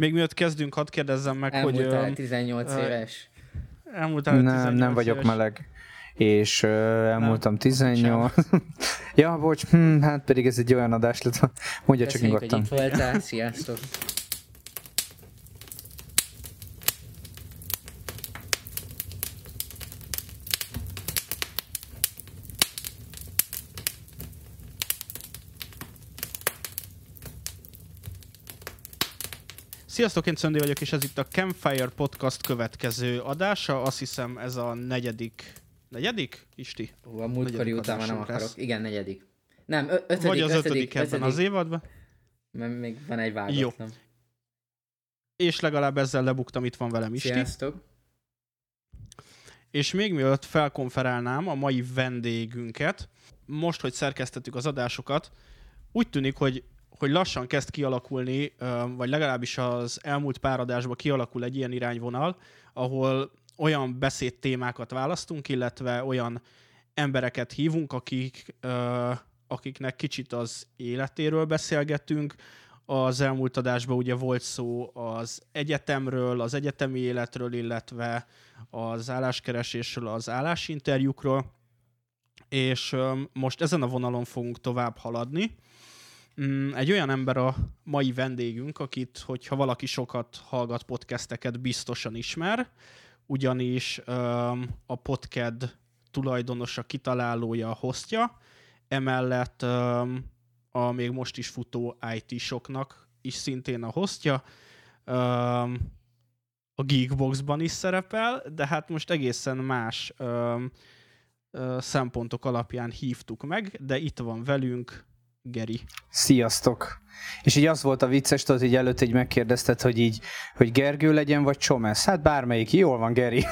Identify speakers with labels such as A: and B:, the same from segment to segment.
A: Még mielőtt kezdünk, hadd kérdezzem meg,
B: Elmúltál 18 éves.
A: Elmúltál 18
C: nem vagyok
A: éves.
C: meleg. És elmúltam 18. Ja, bocs, hát pedig ez egy olyan adás lett. Mondja csak
B: Köszönjük,
C: nyugodtan.
B: hogy itt voltál. Sziasztok!
A: Sziasztok, én Czöndi vagyok, és ez itt a Campfire Podcast következő adása. Azt hiszem ez a negyedik, Isti?
B: A múltkori után már nem akarok.
A: lesz.
B: Igen, negyedik. Nem, ötödik.
A: Vagy az ötödik ebben az évadban.
B: Mert még van egy vágatlan.
A: Jó. És legalább ezzel lebuktam, itt van velem Isti.
B: Sziasztok!
A: És még mielőtt felkonferálnám a mai vendégünket, most, hogy szerkesztettük az adásokat, úgy tűnik, hogy lassan kezd kialakulni, vagy legalábbis az elmúlt pár adásban kialakul egy ilyen irányvonal, ahol olyan beszédtémákat választunk, illetve olyan embereket hívunk, akiknek kicsit az életéről beszélgetünk. Az elmúlt adásban ugye volt szó az egyetemről, az egyetemi életről, illetve az álláskeresésről, az állásinterjúkról, és most ezen a vonalon fogunk tovább haladni. Egy olyan ember a mai vendégünk, akit, hogyha valaki sokat hallgat podcasteket, biztosan ismer, ugyanis a podcast tulajdonosa, kitalálója, hostja, emellett a még most is futó IT-soknak is szintén a hostja, a Geekboxban is szerepel, de hát most egészen más szempontok alapján hívtuk meg, de itt van velünk Geri.
C: Sziasztok! És így az volt a vicces, tudod, így előtt így megkérdezted, hogy Gergő legyen, vagy Csomesz. Hát bármelyik, jól van, Geri.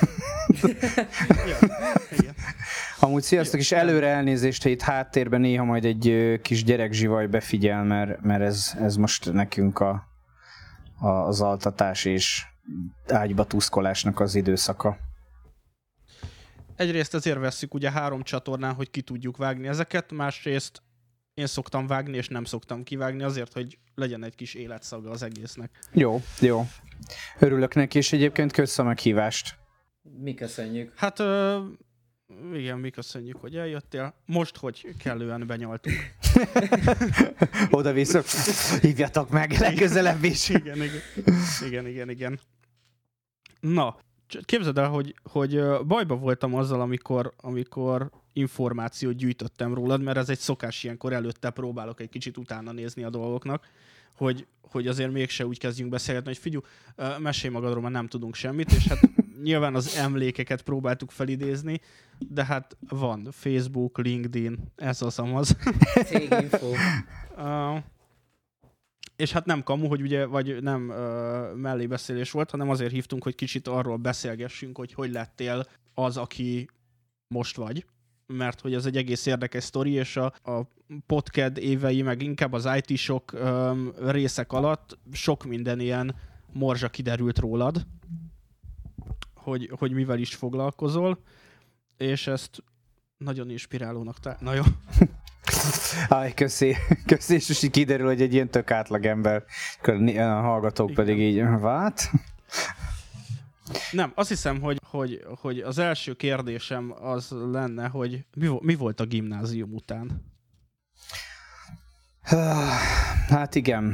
A: Igen.
C: Amúgy sziasztok, és előre elnézést, hogy itt háttérben néha majd egy kis gyerekzsivaj befigyel, mert ez most nekünk az altatás és ágyba tuszkolásnak az időszaka.
A: Egyrészt ezért vesszük ugye 3 csatornán, hogy ki tudjuk vágni ezeket, másrészt én szoktam vágni, és nem szoktam kivágni azért, hogy legyen egy kis életszaga az egésznek.
C: Jó. Örülök neki, és egyébként kösz a meghívást.
B: Mi köszönjük.
A: Hát igen, mi köszönjük, hogy eljöttél. Most, hogy kellően benyaltunk.
C: Oda-vissza, hívjatok meg legközelebb is.
A: Igen. Na, képzeld el, hogy bajba voltam azzal, amikor információt gyűjtöttem rólad, mert ez egy szokás, ilyenkor előtte próbálok egy kicsit utána nézni a dolgoknak, hogy azért mégse úgy kezdjünk beszélgetni, hogy figyelj, mesélj magadról, mert nem tudunk semmit, és hát nyilván az emlékeket próbáltuk felidézni, de hát van Facebook, LinkedIn, ez az amaz.
B: Céginfo.
A: És hát nem kamu, hogy ugye, vagy nem mellébeszélés volt, hanem azért hívtunk, hogy kicsit arról beszélgessünk, hogy lettél az, aki most vagy. Mert hogy ez egy egész érdekes sztori, és a podcast évei, meg inkább az IT-sok részek alatt sok minden ilyen morzsa kiderült rólad, hogy mivel is foglalkozol, és ezt nagyon inspirálónak Na jó.
C: Aj, köszi, és most így kiderül, hogy egy ilyen tök átlag ember, a hallgatók
A: igen.
C: pedig így, vát?
A: Nem, azt hiszem, hogy az első kérdésem az lenne, hogy mi volt a gimnázium után?
C: Hát igen.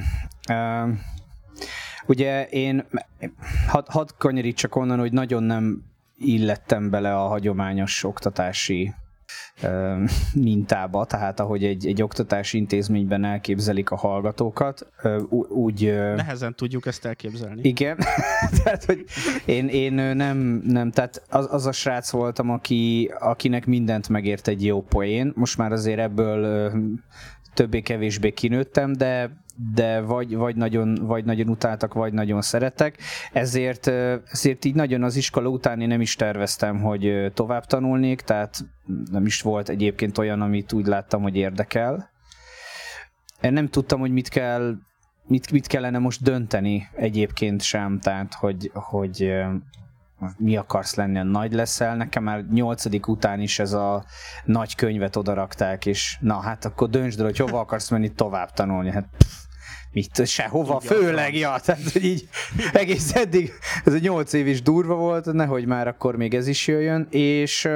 C: Ugye én, hadd kanyarítsak onnan, hogy nagyon nem illettem bele a hagyományos oktatási mintába, tehát ahogy egy oktatási intézményben elképzelik a hallgatókat, úgy...
A: Nehezen tudjuk ezt elképzelni.
C: Igen, tehát hogy én nem, tehát az a srác voltam, akinek mindent megért egy jó poén, most már azért ebből többé-kevésbé kinőttem, de vagy nagyon utáltak, vagy nagyon szerettek. Ezért így nagyon az iskola után én nem is terveztem, hogy tovább tanulnék, tehát nem is volt egyébként olyan, amit úgy láttam, hogy érdekel. Én nem tudtam, hogy mit kellene most dönteni egyébként sem, tehát hogy mi akarsz lenni, a nagy leszel. Nekem már 8. után is ez a nagy könyvet odarakták, és na hát akkor döntsd el, hogy hova akarsz menni tovább tanulni. Hát sehova, főleg, ja, tehát hogy így egész eddig, ez a 8 év is durva volt, nehogy már akkor még ez is jöjjön, és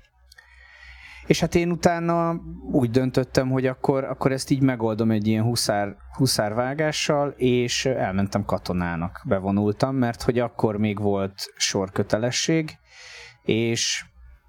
C: hát én utána úgy döntöttem, hogy akkor ezt így megoldom egy ilyen huszárvágással, és elmentem katonának, bevonultam, mert hogy akkor még volt sorkötelesség, és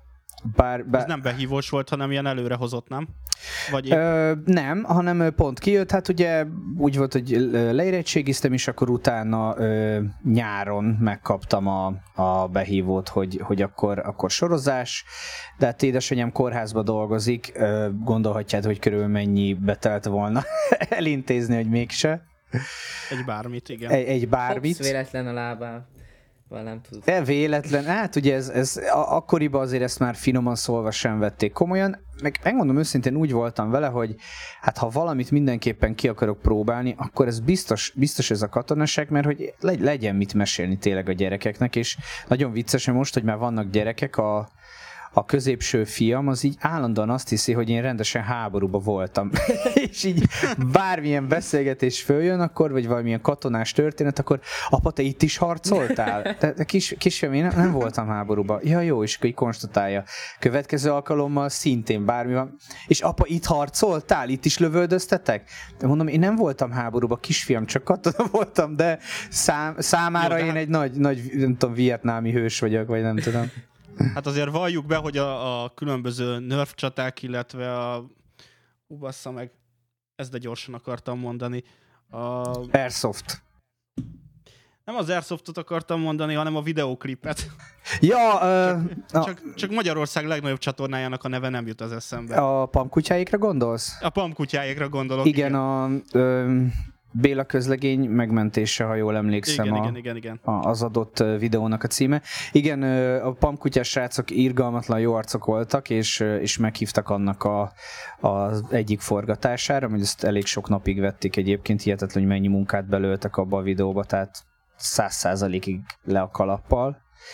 A: Ez nem behívós volt, hanem ilyen előrehozott, nem? Vagy
C: nem, hanem pont kijött, hát ugye úgy volt, hogy leérettségiztem, és akkor utána nyáron megkaptam a behívót, hogy akkor sorozás, de hát édesanyám kórházba dolgozik, gondolhatjátok, hogy körülbelül mennyi betelt volna elintézni, hogy mégse.
A: Egy bármit, igen.
C: Egy bármit.
B: Hopsz, véletlen a lábán. Nem tudod.
C: Véletlen, hát ugye ez akkoriban azért ezt már finoman szólva sem vették komolyan, meg megmondom őszintén úgy voltam vele, hogy hát ha valamit mindenképpen ki akarok próbálni, akkor ez biztos ez a katonaság, mert hogy legyen mit mesélni tényleg a gyerekeknek, és nagyon vicces, hogy most, hogy már vannak gyerekek, a középső fiam az így állandóan azt hiszi, hogy én rendesen háborúba voltam. És így bármilyen beszélgetés följön, akkor, vagy valamilyen katonás történet, akkor apa, te itt is harcoltál? De kisfiam, én nem voltam háborúba. Ja, jó, és akkor így konstatálja. Következő alkalommal szintén bármi van. És apa, itt harcoltál? Itt is lövöldöztetek? De mondom, én nem voltam háborúba, kisfiam, csak katona voltam, de számára jó, én egy nagy, nem tudom, vietnámi hős vagyok, vagy nem tudom.
A: Hát azért valljuk be, hogy a különböző nerf csaták, illetve bassza meg, ezt de gyorsan akartam mondani.
C: Airsoft.
A: Nem az Airsoftot akartam mondani, hanem a videóklipet.
C: Ja,
A: csak Magyarország legnagyobb csatornájának a neve nem jut az eszembe.
C: A pamkutyáikra gondolsz?
A: A pamkutyáikra gondolok.
C: Igen. Béla közlegény megmentése, ha jól emlékszem,
A: igen.
C: Az adott videónak a címe. Igen, a pamkutyás srácok irgalmatlan jó arcok voltak, és meghívtak annak az egyik forgatására, hogy ezt elég sok napig vették egyébként, hihetetlen, hogy mennyi munkát belöltek abba a videóba, tehát 100%-ig le a kalappal.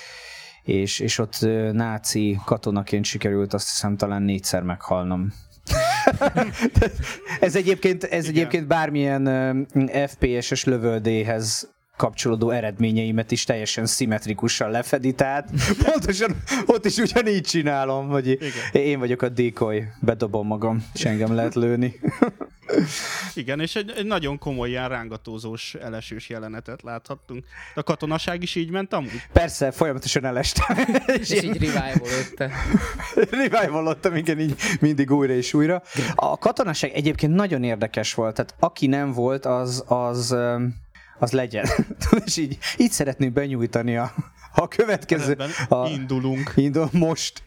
C: És ott náci katonaként sikerült azt hiszem talán 4-szer meghalnom. ez egyébként bármilyen FPS-es lövöldéhez kapcsolódó eredményeimet is teljesen szimmetrikusan lefedi, tehát pontosan ott is ugyanígy csinálom, hogy én vagyok a decoy, bedobom magam, és engem lehet lőni.
A: Igen, és egy nagyon komoly ilyen rángatózós, elesős jelenetet láthattunk. De a katonaság is így ment amúgy?
C: Persze, folyamatosan elestem.
B: És így revival-ötte.
C: Revival-ottam, igen, így mindig újra és újra. A katonaság egyébként nagyon érdekes volt, tehát aki nem volt, az legyen. És így szeretném benyújtani a következő...
A: Indulunk.
C: Most.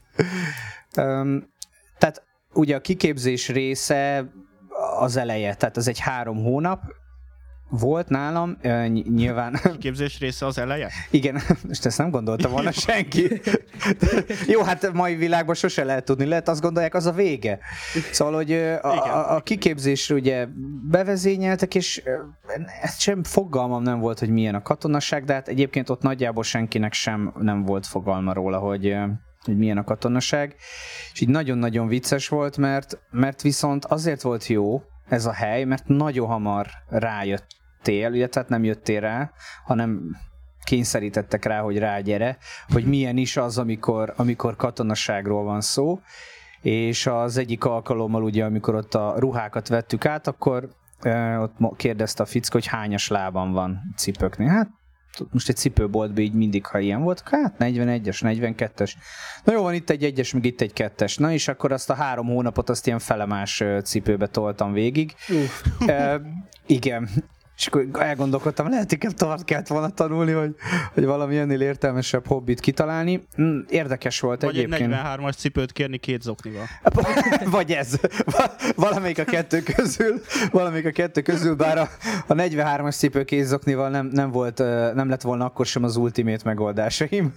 C: Tehát ugye a kiképzés része az eleje, tehát az egy 3 hónap volt nálam, nyilván...
A: A kiképzés része az eleje?
C: Igen, most ezt nem gondolta volna senki. Jó, hát mai világban sose lehet tudni, lehet azt gondolják, az a vége. Szóval, hogy a kiképzésre ugye bevezényeltek, és sem fogalmam nem volt, hogy milyen a katonaság, de hát egyébként ott nagyjából senkinek sem nem volt fogalma róla, hogy milyen a katonaság. És így nagyon-nagyon vicces volt, mert viszont azért volt jó ez a hely, mert nagyon hamar rájöttél, ugye, tehát nem jöttél rá, hanem kényszerítettek rá, hogy rágyere, hogy milyen is az, amikor katonaságról van szó, és az egyik alkalommal ugye, amikor ott a ruhákat vettük át, akkor ott kérdezte a fickó, hogy hányas lábam van cipőknél. Hát most egy cipőboltban így mindig, ha ilyen volt, hát 41-es, 42-es. Na jó, van itt egy 1-es, meg itt egy 2-es. Na és akkor azt a 3 hónapot azt ilyen felemás cipőbe toltam végig. Igen. És akkor elgondolkodtam, lehet, hogy tovább kellett volna tanulni, hogy valami ennél értelmesebb hobbit kitalálni. Érdekes volt
A: vagy
C: egyébként.
A: Vagy egy 43-as cipőt kérni 2 zoknival.
C: Vagy ez. Valamelyik a kettő közül, bár a 43-as cipő 2 zoknival nem lett volna akkor sem az ultimate megoldásaim.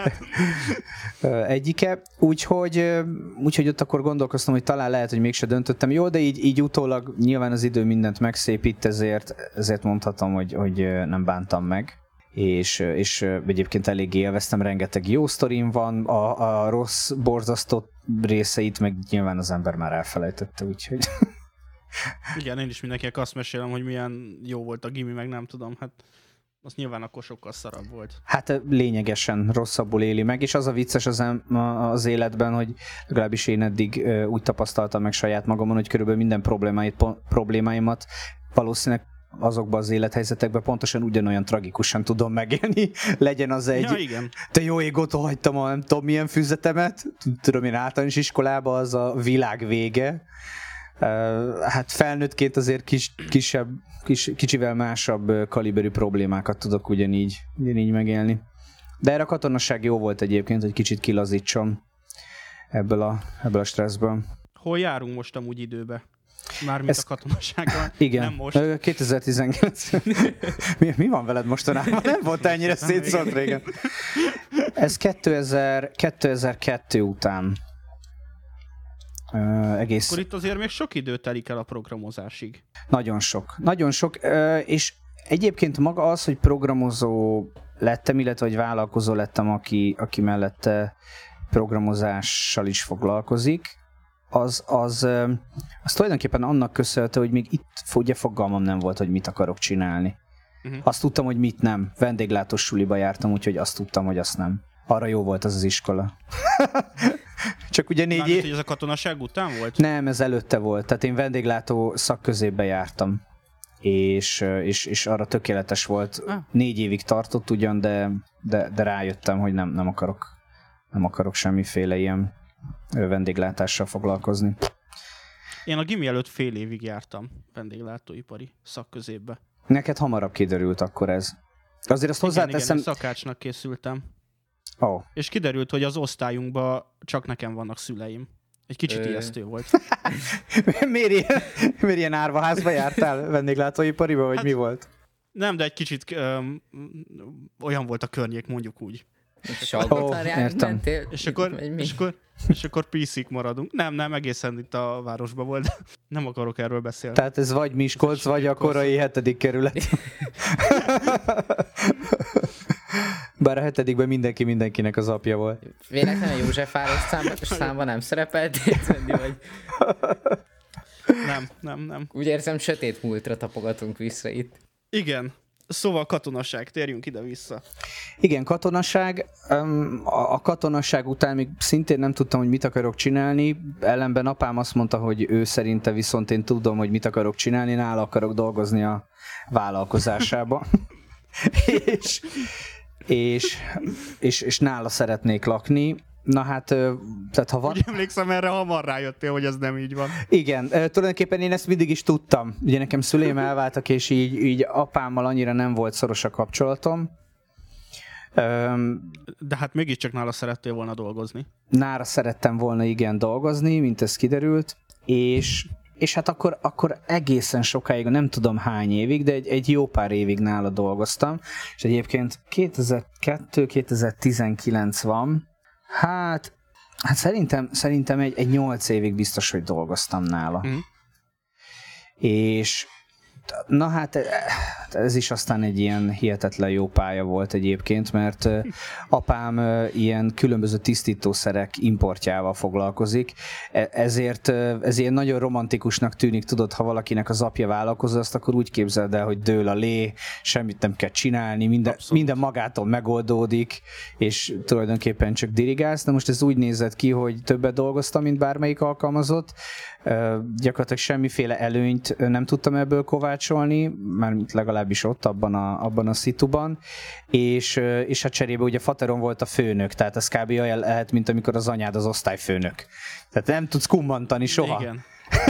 C: Egyike. Úgyhogy ott akkor gondolkoztam, hogy talán lehet, hogy mégse döntöttem jó, de így utólag nyilván az idő mindent megszépít, ezért mondhatom, hogy nem bántam meg. És egyébként eléggé élveztem, rengeteg jó sztorim van, a rossz, borzasztó részeit meg nyilván az ember már elfelejtette, úgyhogy...
A: Igen, én is mindenkinek azt mesélem, hogy milyen jó volt a gimi, meg nem tudom, hát az nyilván akkor sokkal szarabb volt.
C: Hát lényegesen rosszabbul éli meg, és az a vicces az életben, hogy legalábbis én eddig úgy tapasztaltam meg saját magamon, hogy körülbelül minden problémáimat valószínűleg azokban az élethelyzetekben pontosan ugyanolyan tragikusan tudom megélni. Legyen az egy,
A: ja, igen.
C: Te jó ég, ott hagytam a nem tudom milyen füzetemet, tudom én általános iskolában, az a világ vége. Hát felnőttként azért kicsivel másabb kaliberű problémákat tudok ugyanígy megélni. De erre a katonasság jó volt egyébként, hogy kicsit kilazítsam ebből a stresszből.
A: Hol járunk most amúgy időbe? Mármint a katonaságban.
C: Igen,
A: nem most.
C: 2019. mi van veled mostanában? Nem volt ennyire szétszólt régen. Ez 2002 után. Egész...
A: Akkor itt azért még sok idő telik el a programozásig.
C: Nagyon sok. És egyébként maga az, hogy programozó lettem, illetve hogy vállalkozó lettem, aki mellette programozással is foglalkozik, az tulajdonképpen annak köszönhető, hogy még itt ugye fogalmam nem volt, hogy mit akarok csinálni. Azt tudtam, hogy mit nem. Vendéglátós suliba jártam, úgyhogy azt tudtam, hogy azt nem. Arra jó volt az iskola. Csak ugye 4 év...
A: hogy ez a katonaság után volt?
C: Nem, ez előtte volt. Tehát én vendéglátó szakközépbe jártam. És arra tökéletes volt. 4 évig tartott ugyan, de rájöttem, hogy nem akarok semmiféle ilyen vendéglátással foglalkozni.
A: Én a gimi előtt fél évig jártam vendéglátóipari szakközépbe.
C: Neked hamarabb kiderült akkor ez. Azért azt hozzáteszem...
A: Igen, szakácsnak készültem.
C: Oh.
A: És kiderült, hogy az osztályunkban csak nekem vannak szüleim. Egy kicsit ijesztő volt.
C: Miért ilyen árvaházba jártál vendéglátóipariba, vagy hát, mi volt?
A: Nem, de egy kicsit olyan volt a környék, mondjuk úgy.
B: Értem.
A: És akkor PC-k maradunk. Nem, egészen itt a városban volt. Nem akarok erről beszélni.
C: Tehát ez vagy Miskolc, vagy a korai 7. kerület. Bár a 7. mindenkinek az apja volt.
B: Véletlenül Józsefváros számban nem szerepelt? Vagy...
A: Nem.
B: Úgy érzem, sötét múltra tapogatunk vissza itt.
A: Igen. Szóval katonaság, térjünk ide-vissza.
C: Igen, katonaság. A katonaság után még szintén nem tudtam, hogy mit akarok csinálni. Ellenben apám azt mondta, hogy ő szerinte viszont én tudom, hogy mit akarok csinálni, nála akarok dolgozni a vállalkozásába. és nála szeretnék lakni. Na hát, tehát ha van...
A: Úgy emlékszem, erre hamar rájöttél, hogy ez nem így van.
C: Igen, tulajdonképpen én ezt mindig is tudtam. Ugye nekem szüleim elváltak, és így apámmal annyira nem volt szoros a kapcsolatom.
A: De hát mégiscsak nála szerettél volna dolgozni.
C: Nála szerettem volna igen dolgozni, mint ez kiderült, és hát akkor egészen sokáig, nem tudom hány évig, de egy jó pár évig nála dolgoztam, és egyébként 2002-2019 van. Hát szerintem egy 8 évig biztos, hogy dolgoztam nála. És na hát ez is aztán egy ilyen hihetetlen jó pálya volt egyébként, mert apám ilyen különböző tisztítószerek importjával foglalkozik, ezért ez ilyen nagyon romantikusnak tűnik, tudod, ha valakinek az apja vállalkozó, azt akkor úgy képzeld el, hogy dől a lé, semmit nem kell csinálni, minden magától megoldódik, és tulajdonképpen csak dirigálsz. De most ez úgy nézett ki, hogy többet dolgoztam, mint bármelyik alkalmazott, gyakorlatilag semmiféle előnyt nem tudtam ebből kovácsolni, mármint legalábbis ott abban a szituban, és hát cserébe ugye fateron volt a főnök, tehát ez kb. Olyan lehet, mint amikor az anyád az osztályfőnök. Tehát nem tudsz kummantani soha.
A: Igen.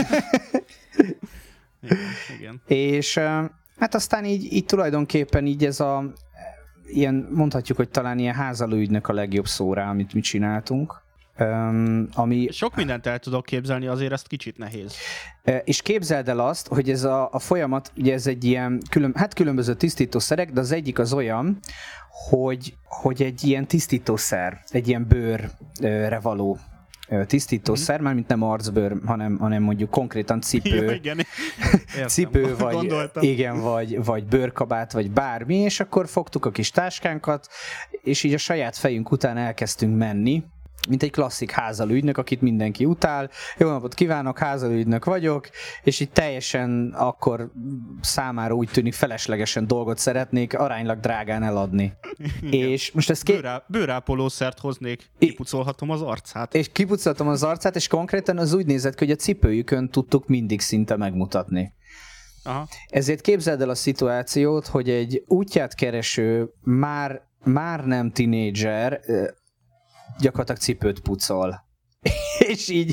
A: Igen.
C: És hát aztán így tulajdonképpen így ez ilyen, mondhatjuk, hogy talán ilyen házalóügynök a legjobb szó rá, amit mi csináltunk. Ami...
A: Sok mindent el tudok képzelni, azért ezt kicsit nehéz.
C: És képzeld el azt, hogy ez a folyamat, ugye ez egy ilyen, különböző tisztítószerek, de az egyik az olyan, hogy egy ilyen tisztítószer, egy ilyen bőrre való tisztítószer, mármint nem arcbőr, hanem mondjuk konkrétan cipő.
A: Ja, igen.
C: Cipő, vagy bőrkabát, vagy bármi, és akkor fogtuk a kis táskánkat, és így a saját fejünk után elkezdtünk menni, mint egy klasszik házalügynök, akit mindenki utál. Jó napot kívánok, házalügynök vagyok, és így teljesen akkor számára úgy tűnik feleslegesen dolgot szeretnék aránylag drágán eladni. És most ezt
A: bőrápolószert hoznék, kipucolhatom az arcát.
C: És kipucolhatom az arcát, és konkrétan az úgy nézett ki, hogy a cipőjükön tudtuk mindig szinte megmutatni.
A: Aha.
C: Ezért képzeld el a szituációt, hogy egy útját kereső, már nem tinédzser, gyakorlatilag cipőt pucol. És így...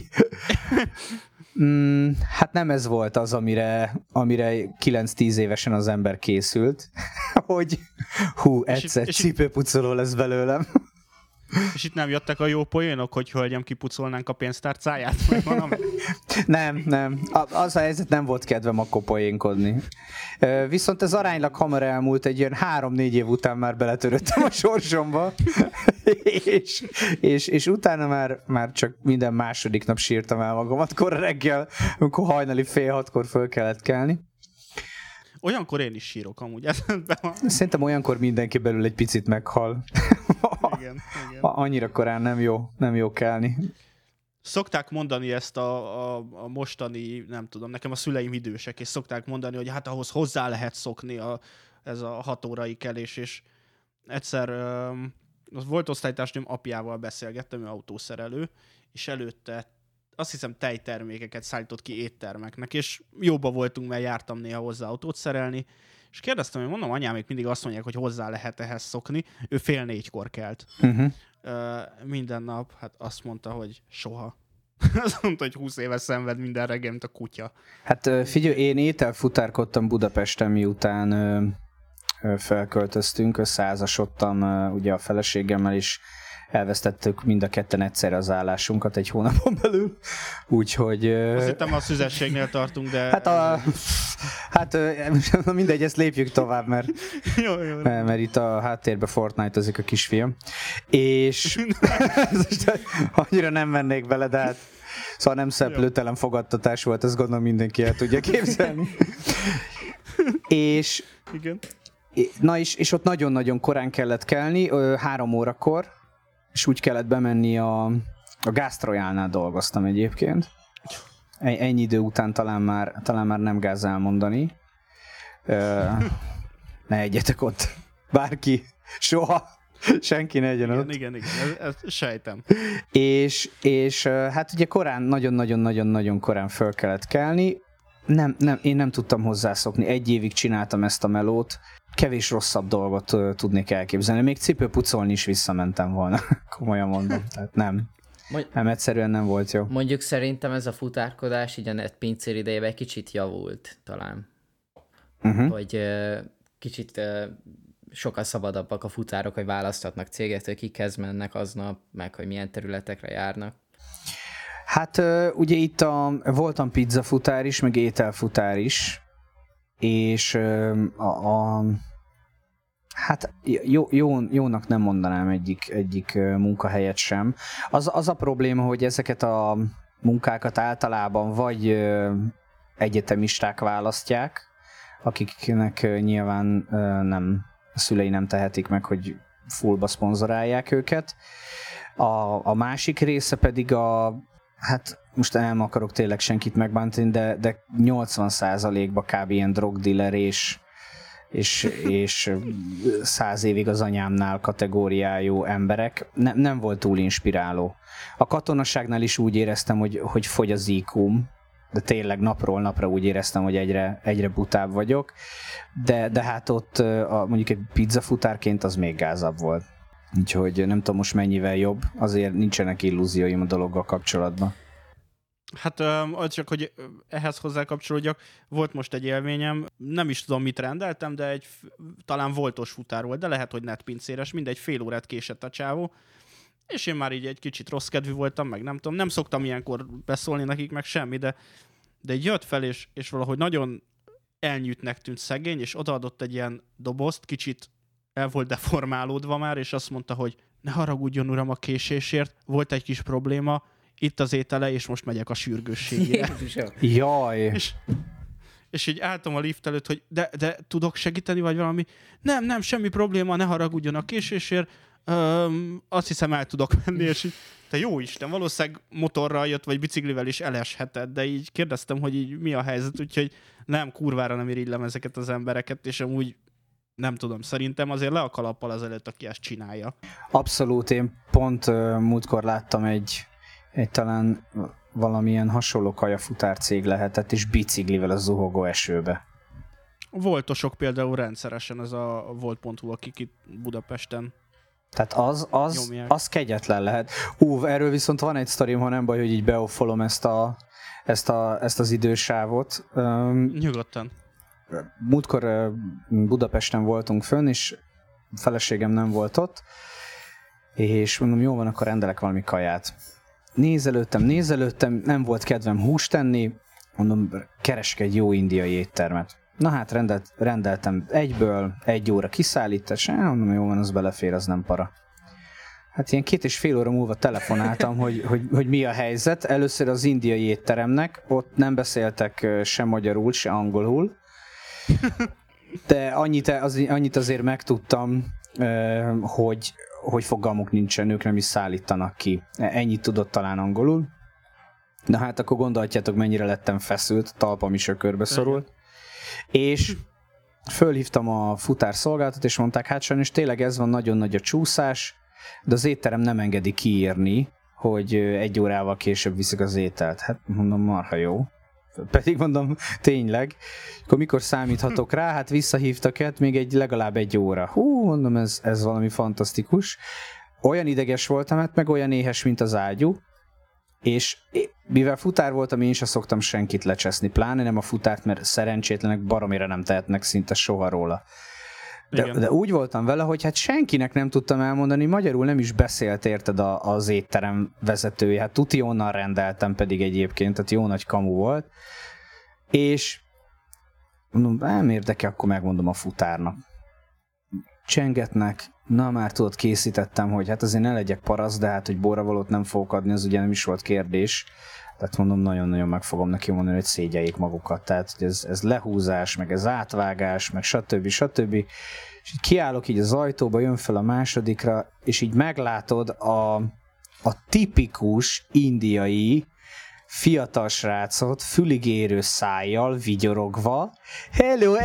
C: hát nem ez volt az, amire 9-10 évesen az ember készült, hogy egyszer cipőpucoló lesz belőlem.
A: És itt nem jöttek a jó poénok, hogy hölgyem kipucolnánk a pénztárcáját?
C: Nem. Az a helyzet, nem volt kedvem akkor poénkodni. Viszont ez aránylag hamar elmúlt, egy ilyen 3-4 év után már beletörődtem a sorsomba, és utána már csak minden második nap sírtam el magamat kora reggel, amikor hajnali 5:30-kor föl kellett kelni.
A: Olyankor én is sírok amúgy.
C: Szerintem olyankor mindenki belül egy picit meghal.
A: Igen.
C: Annyira korán nem jó kelni.
A: Szokták mondani ezt a mostani, nem tudom, nekem a szüleim idősek, és szokták mondani, hogy hát ahhoz hozzá lehet szokni ez a 6 órai kelés, és egyszer volt osztálytársnőm apjával beszélgettem, ő autószerelő, és előtte azt hiszem tejtermékeket szállított ki éttermeknek, és jóba voltunk, mert jártam néha hozzá autót szerelni, és kérdeztem, hogy mondom, anyám még mindig azt mondják, hogy hozzá lehet ehhez szokni. Ő 3:30 kelt. Minden nap, hát azt mondta, hogy soha. Azt mondta, hogy 20 éve szenved minden reggel, mint a kutya.
C: Hát figyelj, én ételfutárkodtam Budapesten, miután felköltöztünk, összeházasodtam ugye a feleségemmel is, elvesztettük mind a ketten egyszerre az állásunkat egy hónapon belül, úgyhogy...
A: Azt hittem a szüzességnél tartunk, de...
C: Mindegy, ezt lépjük tovább, mert,
A: jó.
C: mert itt a háttérben Fortnite-ozik a kisfiam, és annyira nem mennék bele, de hát szóval nem szeplőtelen fogadtatás volt, ezt gondolom mindenki el tudja képzelni. És...
A: Igen.
C: Na és ott nagyon-nagyon korán kellett kelni, 3 órakor, és úgy kellett bemenni a Gásztrojálnál dolgoztam egyébként. Ennyi idő után talán már nem gáz elmondani. Ne egyetek ott. Bárki. Soha. Senki ne egyen ott.
A: Igen. Ezt sejtem.
C: És hát ugye korán, nagyon-nagyon-nagyon korán föl kellett kelni. Én nem tudtam hozzászokni. 1 évig csináltam ezt a melót. Kevés rosszabb dolgot tudnék elképzelni. Még cipőpucolni is visszamentem volna. Komolyan mondom. Tehát nem, egyszerűen nem volt jó.
B: Mondjuk szerintem ez a futárkodás így a netpincér idejében kicsit javult talán. Hogy kicsit sokkal szabadabbak a futárok, hogy választhatnak céget, hogy kikhez mennek aznap, meg hogy milyen területekre járnak.
C: Hát ugye itt voltam pizzafutár is, meg ételfutár is, és hát jónak nem mondanám egyik munkahelyet sem. Az a probléma, hogy ezeket a munkákat általában vagy egyetemisták választják, akiknek nyilván a szülei nem tehetik meg, hogy fullba szponzorálják őket. A másik része pedig hát most nem akarok tényleg senkit megbántani, de 80%-ba kb. Ilyen drogdealer és 100 évig az anyámnál kategóriájú emberek. Nem volt túl inspiráló. A katonaságnál is úgy éreztem, hogy fogy az IQ-m, de tényleg napról napra úgy éreztem, hogy egyre butább vagyok, de hát ott mondjuk egy pizzafutárként az még gázabb volt. Úgyhogy nem tudom most mennyivel jobb, azért nincsenek illúzióim a dologgal kapcsolatban.
A: Hát csak, hogy ehhez hozzá kapcsolódjak, volt most egy élményem, nem is tudom, mit rendeltem, de talán voltos futár volt, de lehet, hogy netpincéres, mindegy, fél órát késett a csávó, és én már így egy kicsit rossz kedvű voltam, meg nem tudom, nem szoktam ilyenkor beszólni nekik, meg semmi, de így jött fel, és valahogy nagyon elnyűtnek tűnt szegény, és odaadott egy ilyen dobozt, kicsit el volt deformálódva már, és azt mondta, hogy ne haragudjon uram a késésért, volt egy kis probléma, itt az étele, és most megyek a sürgősségére.
C: Jaj!
A: és így álltam a lift előtt, hogy de tudok segíteni, vagy valami? Nem, semmi probléma, ne haragudjon a késésért, azt hiszem el tudok menni, és így, te jó Isten, valószínűleg motorral jött, vagy biciklivel is eleshetett, de így kérdeztem, hogy így mi a helyzet, úgyhogy nem, kurvára nem irigylem ezeket az embereket, és amúgy nem tudom, szerintem azért le a kalappal azelőtt, aki ezt csinálja.
C: Abszolút, én pont múltkor láttam egy talán valamilyen hasonló kajafutár cég lehetett, és biciklivel a zuhogó esőbe.
A: Voltosok például rendszeresen, ez a volt.hu, akik itt Budapesten.
C: Tehát az kegyetlen lehet. Erről viszont van egy sztorim, ha nem baj, hogy így beoffolom ezt az idősávot.
A: Nyugodtan.
C: Múltkor Budapesten voltunk fönn, és feleségem nem volt és mondom, jó van, akkor rendelek valami kaját. Nézelődtem, nem volt kedvem húst tenni, mondom, keresek egy jó indiai éttermet. Na hát rendeltem egyből, 1 óra kiszállítás, mondom, jó van, az belefér, az nem para. Hát ilyen 2,5 óra múlva telefonáltam, hogy mi a helyzet. Először az indiai étteremnek, ott nem beszéltek se magyarul, se angolul, de annyit azért megtudtam, hogy fogalmuk nincsen, ők nem is szállítanak ki. Ennyit tudott talán angolul. Na hát akkor gondolhatjátok, mennyire lettem feszült, talpam is ökörbe szorult. És fölhívtam a futárszolgálatot, és mondták, hát sajnos tényleg ez van, nagyon nagy a csúszás, de az étterem nem engedi kiírni, hogy 1 órával később viszik az ételt. Hát mondom, marha jó. Pedig mondom, tényleg. Akkor mikor számíthatok rá? Hát visszahívtak még legalább 1 óra. Mondom, ez valami fantasztikus. Olyan ideges voltam, hát meg olyan éhes, mint az ágyú. És mivel futár voltam, én sem szoktam senkit lecseszni, pláne nem a futárt, mert szerencsétlenek baromira nem tehetnek szinte soha róla. De úgy voltam vele, hogy hát senkinek nem tudtam elmondani, magyarul nem is beszélt, érted, az étterem vezetője. Hát tuti onnan rendeltem pedig egyébként, tehát jó nagy kamu volt. És mondom, nem érdekel, akkor megmondom a futárnak. Csengetnek, na már tudod, készítettem, hogy hát azért ne legyek parasz, de hát, hogy borravalót nem fogok adni, az ugye nem is volt kérdés. Tehát mondom, nagyon-nagyon meg fogom neki mondani, hogy szégyeljék magukat. Tehát, hogy ez lehúzás, meg ez átvágás, meg stb. És így kiállok így az ajtóba, jön fel a másodikra, és így meglátod a tipikus indiai fiatal srácot, füligérő szájjal, vigyorogva. Hello!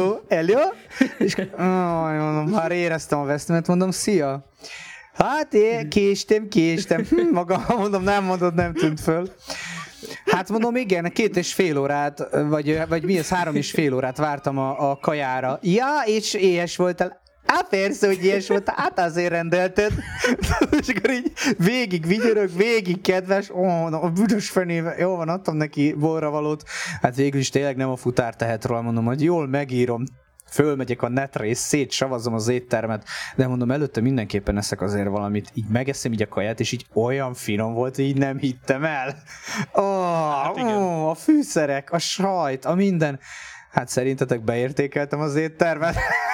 C: És mondom, már éreztem a vesztemet, mondom, szia! Hát én késtem. Maga, mondom, nem mondod, nem tűnt föl. Hát mondom, igen, 2,5 órát, vagy mi ez, 3,5 órát vártam a kajára. Ja, és éhes voltál. Persze, hogy ilyes volt, hát azért rendelted. És akkor így végig vigyorog, végig kedves, a büdös fenébe, jó van, adtam neki borravalót. Hát végül is tényleg nem a futár tehet róla, mondom, hogy jól megírom. Fölmegyek a netre és szétsavazom az éttermet, de mondom, előtte mindenképpen eszek azért valamit, így megeszem így a kaját, és így olyan finom volt, hogy így nem hittem el. A fűszerek, a sajt, a minden. Hát szerintetek beértékeltem az éttermet?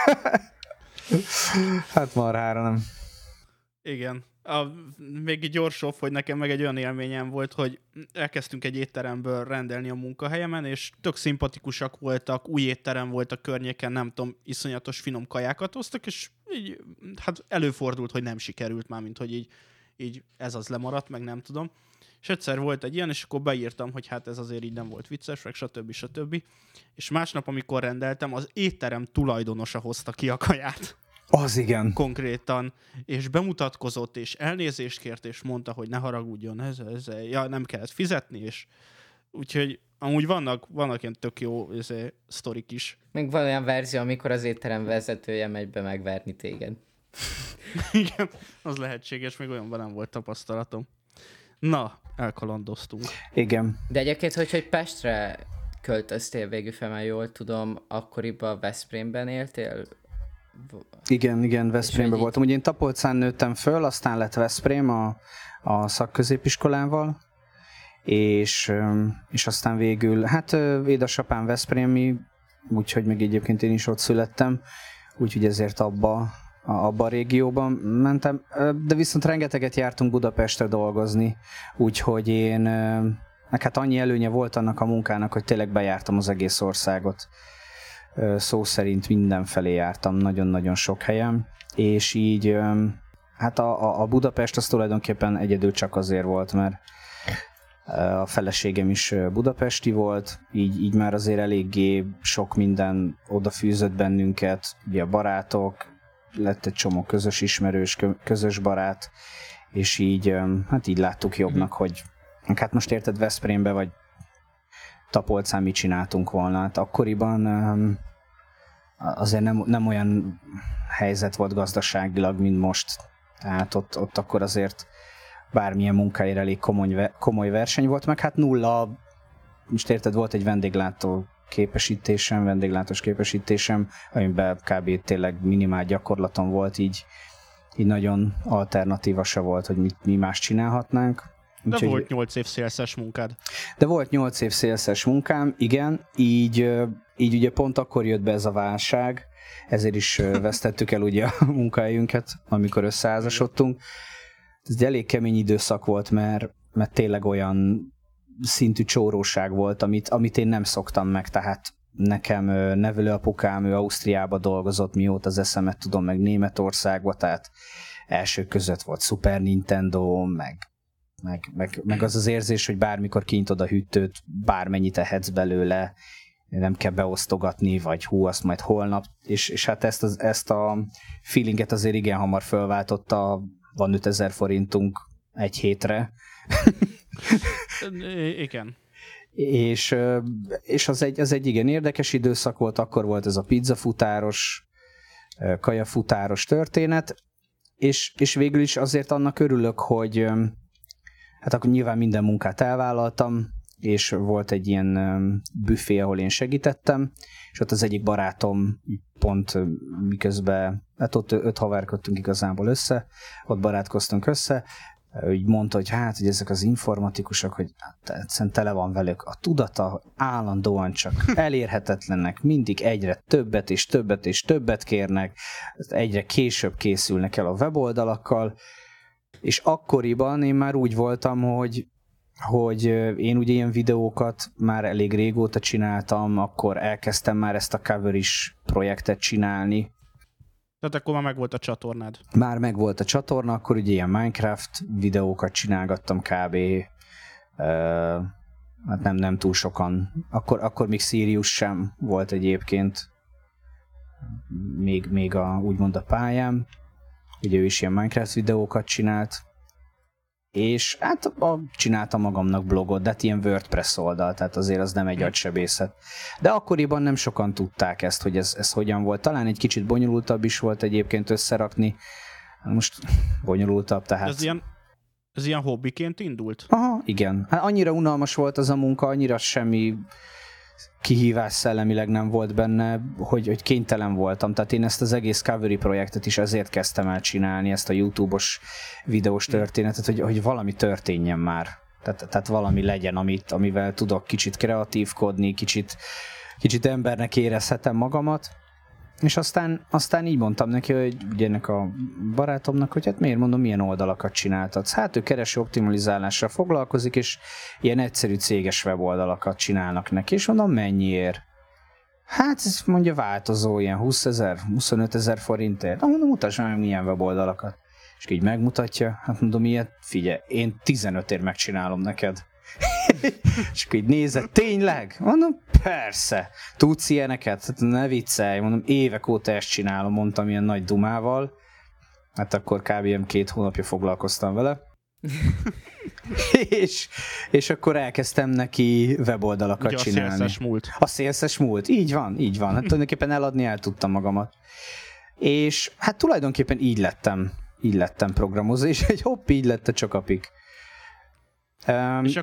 C: Hát marhára nem.
A: Igen. Még egy gyors off, hogy nekem meg egy olyan élményem volt, hogy elkezdtünk egy étteremből rendelni a munkahelyemen, és tök szimpatikusak voltak, új étterem volt a környéken, nem tudom, iszonyatos finom kajákat hoztak, és így, hát előfordult, hogy nem sikerült már, mint hogy így ez az lemaradt, meg nem tudom. És egyszer volt egy ilyen, és akkor beírtam, hogy hát ez azért így nem volt vicces, meg stb. És másnap, amikor rendeltem, az étterem tulajdonosa hozta ki a kaját.
C: Az igen.
A: Konkrétan, és bemutatkozott, és elnézést kért, és mondta, hogy ne haragudjon, nem kellett fizetni, és úgyhogy amúgy vannak ilyen tök jó sztorik is.
B: Még van olyan verzió, amikor az étterem vezetője megy be megverni téged.
A: Igen, az lehetséges, még olyanban nem volt tapasztalatom. Na, elkalandoztunk.
C: Igen.
B: De egyébként, hogy Pestre költöztél végül fel, mert jól tudom, akkoriban Veszprémben éltél?
C: Igen, Veszprémben voltam. Ugye én Tapolcán nőttem föl, aztán lett Veszprém a szakközépiskolával, és aztán végül, hát édesapám veszprémi, úgyhogy meg egyébként én is ott születtem, úgyhogy ezért abba a régióban mentem, de viszont rengeteget jártunk Budapestre dolgozni, úgyhogy én hát annyi előnye volt annak a munkának, hogy tényleg bejártam az egész országot. Szó szerint mindenfelé jártam, nagyon-nagyon sok helyen, és így hát a Budapest az tulajdonképpen egyedül csak azért volt, mert a feleségem is budapesti volt, így már azért eléggé sok minden odafűzött bennünket, ugye a barátok, lett egy csomó közös ismerős, közös barát, és így, hát így láttuk jobbnak, hogy hát most érted, Veszprémbe vagy Tapolcán mit csináltunk volna. Hát akkoriban azért nem olyan helyzet volt gazdaságilag, mint most. Tehát ott akkor azért bármilyen munkáért elég komoly verseny volt, meg hát nulla, most érted, volt egy vendéglátós képesítésem, amiben kb. Tényleg minimál gyakorlatom volt, így nagyon alternatíva se volt, hogy mi más csinálhatnánk.
A: De úgyhogy, volt 8 év szélszes munkád.
C: De volt 8 év szélszes munkám, igen, így ugye pont akkor jött be ez a válság, ezért is vesztettük el ugye a munkahelyünket, amikor összeházasodtunk. Ez egy elég kemény időszak volt, mert tényleg olyan szintű csóróság volt, amit én nem szoktam meg, tehát nekem nevelőapukám, ő Ausztriába dolgozott, mióta az eszemet tudom, meg Németországba, tehát elsők között volt Super Nintendo, meg az érzés, hogy bármikor kinyitod a hűtőt, bármennyit ehetsz belőle, nem kell beosztogatni, vagy azt majd holnap, és hát ezt a feelinget azért igen hamar fölváltotta, van 5000 forintunk egy hétre.
A: Igen.
C: És az egy igen érdekes időszak volt, akkor volt ez a pizzafutáros, kajafutáros történet, és végül is azért annak örülök, hogy hát akkor nyilván minden munkát elvállaltam, és volt egy ilyen büfé, ahol én segítettem, és ott az egyik barátom pont miközben, hát ott 5 haverkodtunk igazából össze, ott barátkoztunk össze, úgy mondta, hogy hát, hogy ezek az informatikusok, hogy hát, egyszerűen tele van velük a tudata, állandóan csak elérhetetlenek, mindig egyre többet és többet és többet kérnek, egyre később készülnek el a weboldalakkal, és akkoriban én már úgy voltam, hogy én ugye ilyen videókat már elég régóta csináltam, akkor elkezdtem már ezt a cover-is projektet csinálni.
A: Tehát akkor már megvolt a csatornád.
C: Már megvolt a csatorna, akkor ugye ilyen Minecraft videókat csinálgattam kb. Hát nem túl sokan. Akkor még Sirius sem volt egyébként. Még úgymond a pályám. Ugye ő is ilyen Minecraft videókat csinált. És hát csináltam magamnak blogot, de hát ilyen WordPress oldal, tehát azért az nem egy agysebészet. De akkoriban nem sokan tudták ezt, hogy ez hogyan volt. Talán egy kicsit bonyolultabb is volt egyébként összerakni. Most bonyolultabb, tehát...
A: Ez ilyen hobbiként indult?
C: Aha, igen. Hát annyira unalmas volt az a munka, annyira semmi kihívás szellemileg nem volt benne, hogy kénytelen voltam. Tehát én ezt az egész Covery projektet is ezért kezdtem el csinálni, ezt a YouTube-os videós történetet, hogy valami történjen már. Tehát valami legyen, amivel tudok kicsit kreatívkodni, kicsit embernek érezhetem magamat. És aztán így mondtam neki, hogy ugye ennek a barátomnak, hogy hát miért mondom, milyen oldalakat csináltatsz. Hát ő kereső optimalizálással foglalkozik, és ilyen egyszerű céges weboldalakat csinálnak neki, és mondom, mennyiért? Hát ez mondja változó, ilyen 20 000, 25 000 forintért. Na mondom, mutasd meg milyen weboldalakat. És így megmutatja, hát mondom, ilyet, figyelj, én 15-ért megcsinálom neked. És akkor így nézett, tényleg? Mondom, persze. Tudsz ilyeneket? Hát ne viccelj, mondom, évek óta ezt csinálom, mondtam ilyen nagy dumával. Hát akkor kb. 2 hónapja foglalkoztam vele. és akkor elkezdtem neki weboldalakat
A: ugye
C: csinálni.
A: A szélszes múlt.
C: A szélszes múlt, így van. Hát tulajdonképpen eladni el tudtam magamat. És hát tulajdonképpen így lettem programozó, és egy hopp, így lett a Csokapik.
A: És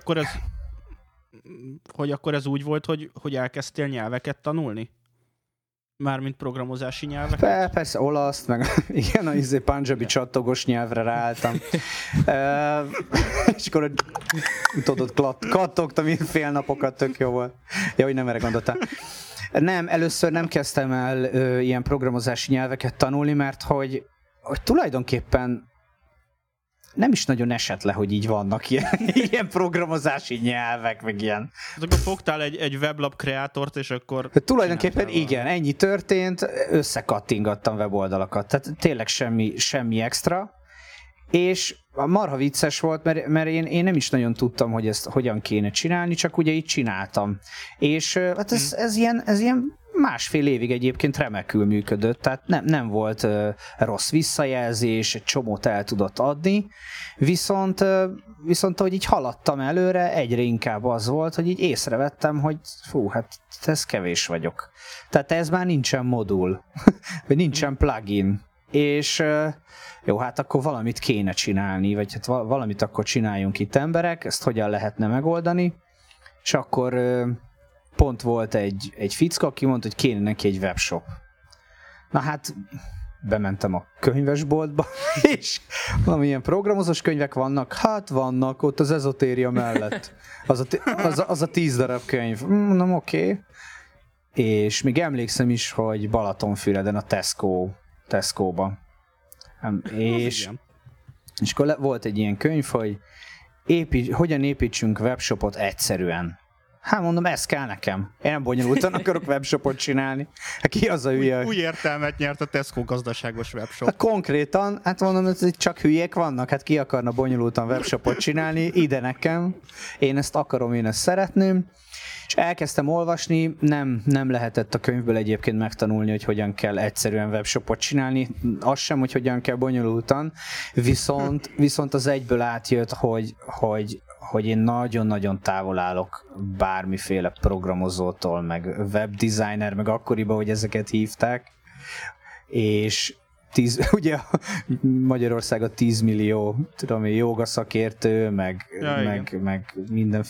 A: akkor ez úgy volt, hogy elkezdtél nyelveket tanulni? Mármint programozási nyelveket?
C: Persze, olaszt, meg igen, a punjabi csattogos nyelvre ráálltam. És akkor tudod, kattogtam én fél napokat, tök jó volt. Ja, hogy nem erre gondoltam. Nem, először nem kezdtem el ilyen programozási nyelveket tanulni, mert hogy tulajdonképpen nem is nagyon esett le, hogy így vannak ilyen programozási nyelvek, meg ilyen.
A: Akkor fogtál egy weblap kreátort, és akkor...
C: Tulajdonképpen igen, ennyi történt, összekattingattam weboldalakat, tehát tényleg semmi extra, és marha vicces volt, mert én nem is nagyon tudtam, hogy ezt hogyan kéne csinálni, csak ugye így csináltam. És hát ez ilyen másfél évig egyébként remekül működött, tehát nem volt rossz visszajelzés, egy csomót el tudott adni, viszont ahogy így haladtam előre, egyre inkább az volt, hogy így észrevettem, hogy hát ez kevés vagyok. Tehát ez már nincsen modul, vagy nincsen plugin, és jó, hát akkor valamit kéne csinálni, vagy hát valamit akkor csináljunk itt emberek, ezt hogyan lehetne megoldani, és akkor pont volt egy fickó, aki mondta, hogy kéne neki egy webshop. Na hát, bementem a könyvesboltba, és valamilyen programozós könyvek vannak, hát vannak, ott az ezotéria mellett. Az a 10 darab könyv. Mondom, oké. És még emlékszem is, hogy Balatonfüreden a Tesco-ba. És akkor volt egy ilyen könyv, hogy hogyan építsünk webshopot egyszerűen. Hát mondom, ez kell nekem. Én nem bonyolultan akarok webshopot csinálni. Hát ki az a hülye?
A: Új értelmet nyert a Tesco gazdaságos webshop.
C: Hát konkrétan, hát mondom, hogy csak hülyék vannak, hát ki akarna bonyolultan webshopot csinálni, ide nekem. Én ezt akarom, én ezt szeretném. És elkezdtem olvasni, nem lehetett a könyvből egyébként megtanulni, hogy hogyan kell egyszerűen webshopot csinálni, az sem, hogy hogyan kell bonyolultan, viszont az egyből átjött, hogy én nagyon-nagyon távol állok bármiféle programozótól, meg webdesigner, meg akkoriban, hogy ezeket hívták, és ugye Magyarország a 10 millió, tudom én, jogaszakértő, meg minden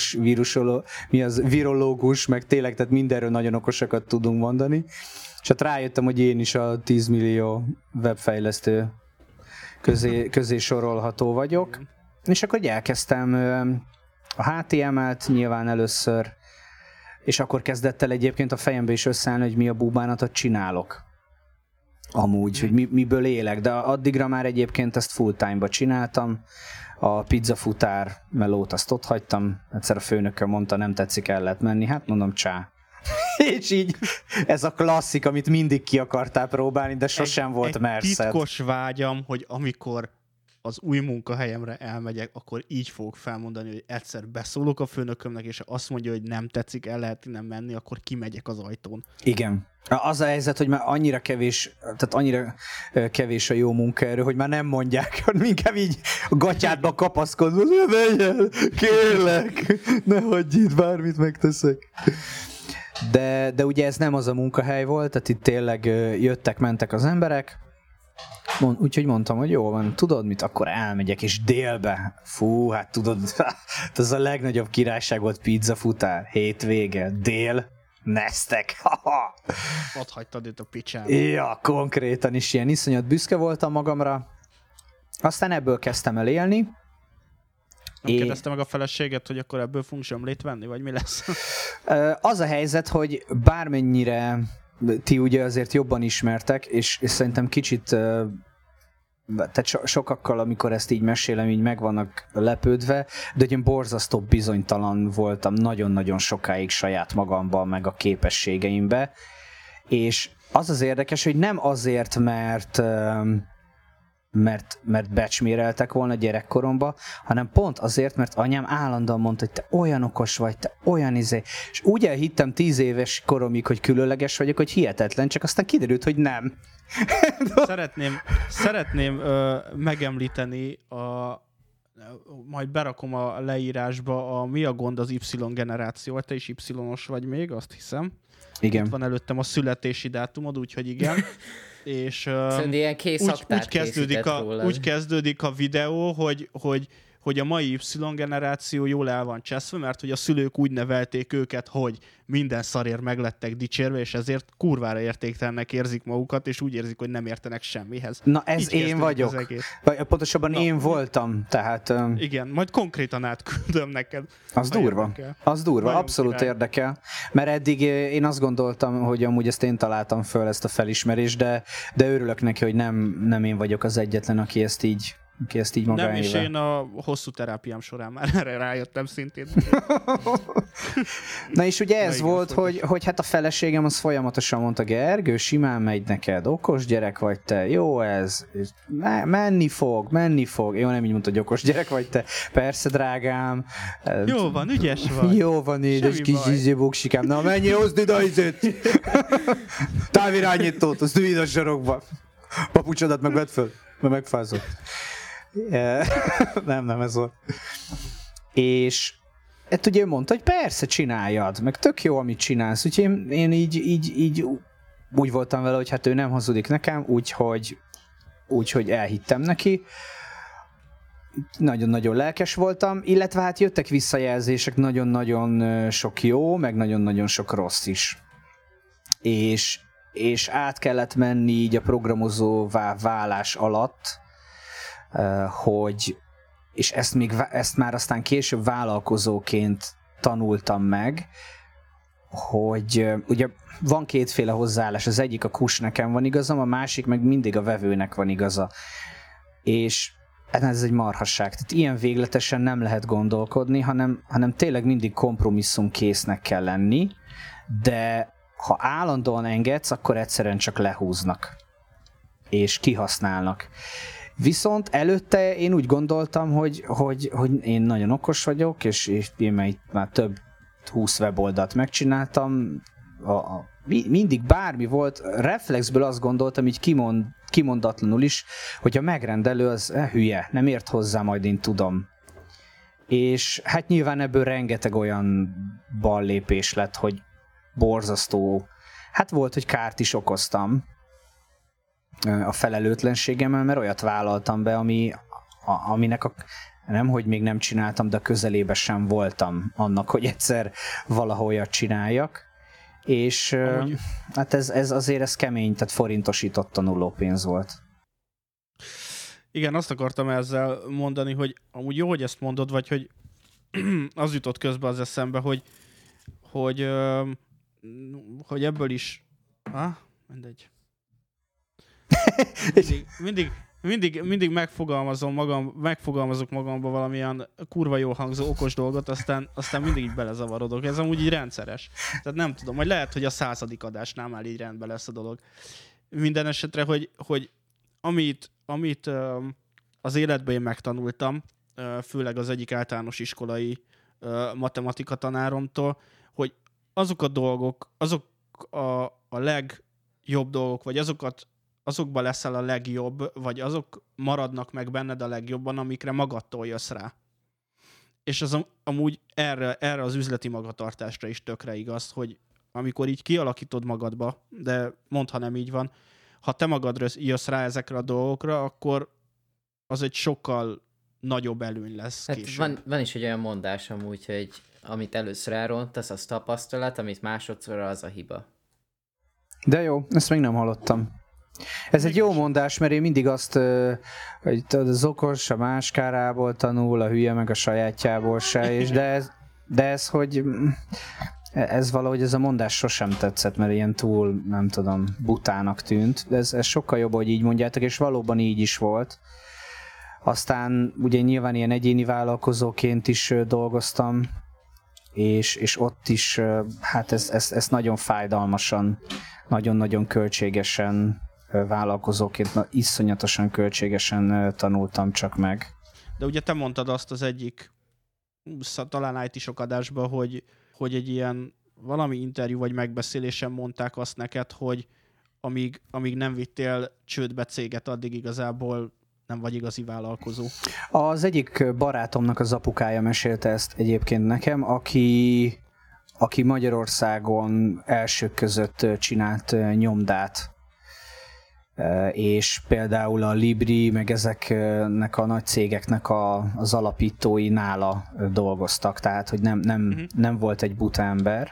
C: virológus, meg tényleg, tehát mindenről nagyon okosakat tudunk mondani. És hát rájöttem, hogy én is a 10 millió webfejlesztő közé sorolható vagyok. És akkor elkezdtem a HTML-t nyilván először, és akkor kezdett el egyébként a fejembe is összeállni, hogy mi a búbánatot csinálok. Amúgy, hogy miből élek, de addigra már egyébként ezt full time-ba csináltam. A pizzafutár melót azt ott hagytam, egyszer a főnököm mondta, nem tetszik, el lehet menni, hát mondom, csá. És így ez a klasszik, amit mindig ki akartál próbálni, de sosem volt merszed.
A: Egy titkos vágyam, hogy amikor az új munkahelyemre elmegyek, akkor így fogok felmondani, hogy egyszer beszólok a főnökömnek, és azt mondja, hogy nem tetszik, el lehet innen menni, akkor kimegyek az ajtón.
C: Igen. Az a helyzet, hogy már annyira kevés a jó munkaerő, hogy már nem mondják, hogy inkább így a gatyádba kapaszkodva, ne menj el, kérlek, ne hagyj itt, bármit megteszek. De ugye ez nem az a munkahely volt, tehát itt tényleg jöttek-mentek az emberek, úgyhogy mondtam, hogy jó van, tudod mit, akkor elmegyek, és délbe, fú, hát tudod, ez a legnagyobb királyság volt, pizzafutár, hétvége, dél, Neztek.
A: Ott hagytad itt a picsába.
C: Ja, konkrétan is ilyen iszonyat büszke voltam magamra. Aztán ebből kezdtem el élni.
A: Nem kérdezte meg a feleséget, hogy akkor ebből fogunk zsömlét venni, vagy mi lesz?
C: Az a helyzet, hogy bármennyire ti ugye azért jobban ismertek, és szerintem kicsit tehát sokakkal, amikor ezt így mesélem, így meg vannak lepődve, de ugye borzasztó bizonytalan voltam nagyon-nagyon sokáig saját magamban, meg a képességeimbe, és az érdekes, hogy nem azért, mert becsméreltek volna gyerekkoromba, hanem pont azért, mert anyám állandóan mondta, hogy te olyan okos vagy, te olyan és úgy elhittem 10 éves koromig, hogy különleges vagyok, hogy hihetetlen, csak aztán kiderült, hogy nem.
A: Szeretném megemlíteni, majd berakom a leírásba mi a gond az Y generáció, te is Y-os vagy még, azt hiszem.
C: Igen.
A: Itt van előttem a születési dátumod, úgyhogy igen. És
B: ilyen kész
A: úgy kezdődik a videó, hogy a mai Y generáció jól el van cseszve, mert hogy a szülők úgy nevelték őket, hogy minden szarért meglettek dicsérve, és ezért kurvára értéktelennek érzik magukat, és úgy érzik, hogy nem értenek semmihez.
C: Na ez én vagyok. Vagy pontosabban én voltam, tehát...
A: Igen, majd konkrétan átküldöm neked.
C: Az durva. Az durva, nagyon abszolút király. Érdekel. Mert eddig én azt gondoltam, hogy amúgy ezt én találtam föl, ezt a felismerést, de örülök neki, hogy nem én vagyok az egyetlen, aki ezt így aki ezt így magáével.
A: Nem, és én a hosszú terápiám során már erre rájöttem szintén.
C: Na és ugye ez volt, hogy hát a feleségem az folyamatosan mondta, Gergő, simán megy neked, okos gyerek vagy te, jó ez, menni fog. Jó, nem így mondta, hogy okos gyerek vagy te, persze drágám.
A: Jó van, ügyes vagy.
C: Jó van, édes kis buksikám, na menjél, hozd ide izét. Távirányítót, azt ülj a sarokba. Papucsodat meg vedd föl, mert megfázott. Nem, ez volt. És hát ugye ő mondta, hogy persze csináljad, meg tök jó, amit csinálsz, úgyhogy én így úgy voltam vele, hogy hát ő nem hazudik nekem, úgyhogy elhittem neki. Nagyon-nagyon lelkes voltam, illetve hát jöttek visszajelzések, nagyon-nagyon sok jó, meg nagyon-nagyon sok rossz is. És át kellett menni így a programozóvá válás alatt, és ezt már aztán később vállalkozóként tanultam meg, hogy ugye van kétféle hozzáállás, az egyik a kus nekem van igazam, a másik meg mindig a vevőnek van igaza. És ez egy marhasság. Tehát ilyen végletesen nem lehet gondolkodni, hanem tényleg mindig kompromisszumkésznek kell lenni, de ha állandóan engedsz, akkor egyszerűen csak lehúznak, és kihasználnak. Viszont előtte én úgy gondoltam, hogy én nagyon okos vagyok, és én már több 20 weboldalt megcsináltam, mindig bármi volt, reflexből azt gondoltam, így kimondatlanul is, hogy a megrendelő az hülye, nem ért hozzá, majd én tudom. És hát nyilván ebből rengeteg olyan ballépés lett, hogy borzasztó. Hát volt, hogy kárt is okoztam a felelőtlenségemmel, mert olyat vállaltam be, aminek nem, hogy még nem csináltam, de közelébe sem voltam annak, hogy egyszer valahol olyat csináljak. És hát ez azért ez kemény, tehát forintosított tanuló pénz volt.
A: Igen, azt akartam ezzel mondani, hogy amúgy jó, hogy ezt mondod, vagy hogy az jutott közben az eszembe, hogy ebből is... mindegy. Mindig megfogalmazok magamba valamilyen kurva jól hangzó okos dolgot, aztán mindig így belezavarodok. Ez amúgy így rendszeres. Tehát nem tudom, majd lehet, hogy a 100. adásnál már így rendben lesz a dolog. Minden esetre, hogy amit az életben én megtanultam, főleg az egyik általános iskolai matematika tanáromtól, hogy azok a dolgok, azok a legjobb dolgok, vagy azokban leszel a legjobb, vagy azok maradnak meg benned a legjobban, amikre magadtól jössz rá. És az amúgy erre az üzleti magatartásra is tökre igaz, hogy amikor így kialakítod magadba, de mondd, ha nem így van, ha te magadra jössz rá ezekre a dolgokra, akkor az egy sokkal nagyobb előny lesz később.
B: Hát van is egy olyan mondás amúgy, hogy amit először elrontasz, az tapasztalat, amit másodszor az a hiba.
C: De jó, ezt még nem hallottam. Ez egy jó mondás, mert én mindig azt, hogy az okos a máskárából tanul, a hülye meg a sajátjából se, és ez valahogy ez a mondás sosem tetszett, mert ilyen túl, nem tudom, butának tűnt. Ez sokkal jobb, hogy így mondjátok, és valóban így is volt. Aztán ugye nyilván ilyen egyéni vállalkozóként is dolgoztam, és ott is, hát ez nagyon fájdalmasan, nagyon-nagyon költségesen vállalkozóként, iszonyatosan költségesen tanultam csak meg.
A: De ugye te mondtad azt az egyik, talán IT-sok adásban, hogy egy ilyen valami interjú vagy megbeszélésen mondták azt neked, hogy amíg nem vittél csődbe céget, addig igazából nem vagy igazi vállalkozó.
C: Az egyik barátomnak az apukája mesélte ezt egyébként nekem, aki Magyarországon elsők között csinált nyomdát, és például a Libri, meg ezeknek a nagy cégeknek az alapítói nála dolgoztak, tehát hogy nem volt egy buta ember,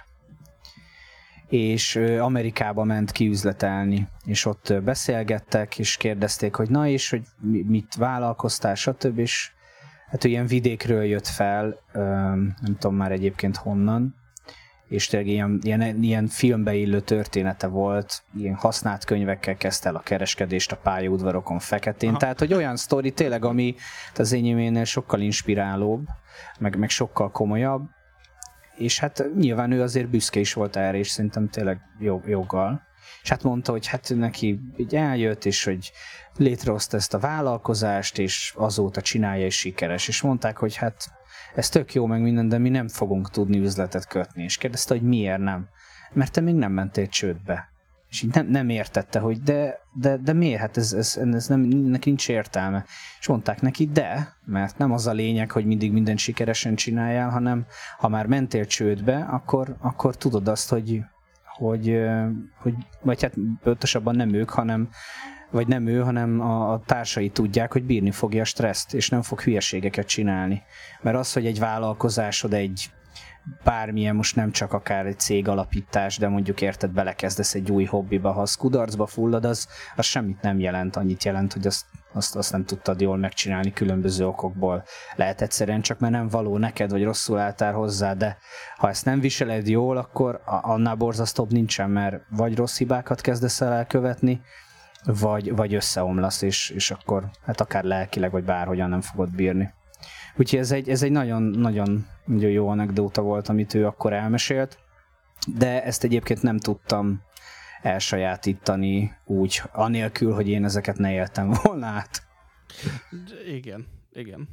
C: és Amerikába ment kiüzletelni, és ott beszélgettek, és kérdezték, hogy na és, hogy mit vállalkoztál, stb. És hát ilyen vidékről jött fel, nem tudom már egyébként honnan, és tényleg ilyen filmbe illő története volt, ilyen használt könyvekkel kezdte el a kereskedést a pályaudvarokon feketén, aha. Tehát hogy olyan sztori tényleg, ami az enyéménél sokkal inspirálóbb, meg sokkal komolyabb, és hát nyilván ő azért büszke is volt erre, és szerintem tényleg joggal. És hát mondta, hogy hát neki így eljött, és hogy létrehozta ezt a vállalkozást, és azóta csinálja, és sikeres. És mondták, hogy hát ez tök jó meg minden, de mi nem fogunk tudni üzletet kötni. És kérdezte, hogy miért nem? Mert te még nem mentél csődbe. És így nem értette, hogy de miért? Hát ez nem, neki nincs értelme. És mondták neki, mert nem az a lényeg, hogy mindig mindent sikeresen csináljál, hanem ha már mentél csődbe, akkor tudod azt, hogy vagy hát pontosabban nem ők, vagy nem ő, hanem a társai tudják, hogy bírni fogja a stresszt, és nem fog hülyeségeket csinálni. Mert az, hogy egy vállalkozásod, egy bármilyen, most nem csak akár egy cég alapítás, de mondjuk érted, belekezdesz egy új hobbiba, ha az kudarcba fullad, az semmit nem jelent, annyit jelent, hogy azt nem tudtad jól megcsinálni különböző okokból. Lehet egyszerűen csak, mert nem való neked, vagy rosszul álltál hozzá, de ha ezt nem viseled jól, akkor annál borzasztóbb nincsen, mert vagy rossz hibákat kezdesz el elkövetni, vagy összeomlasz, és akkor hát akár lelkileg, vagy bárhogyan nem fogod bírni. Úgyhogy ez egy nagyon, nagyon, nagyon jó anekdóta volt, amit ő akkor elmesélt, de ezt egyébként nem tudtam elsajátítani úgy, anélkül, hogy én ezeket ne éltem volna át.
A: Igen.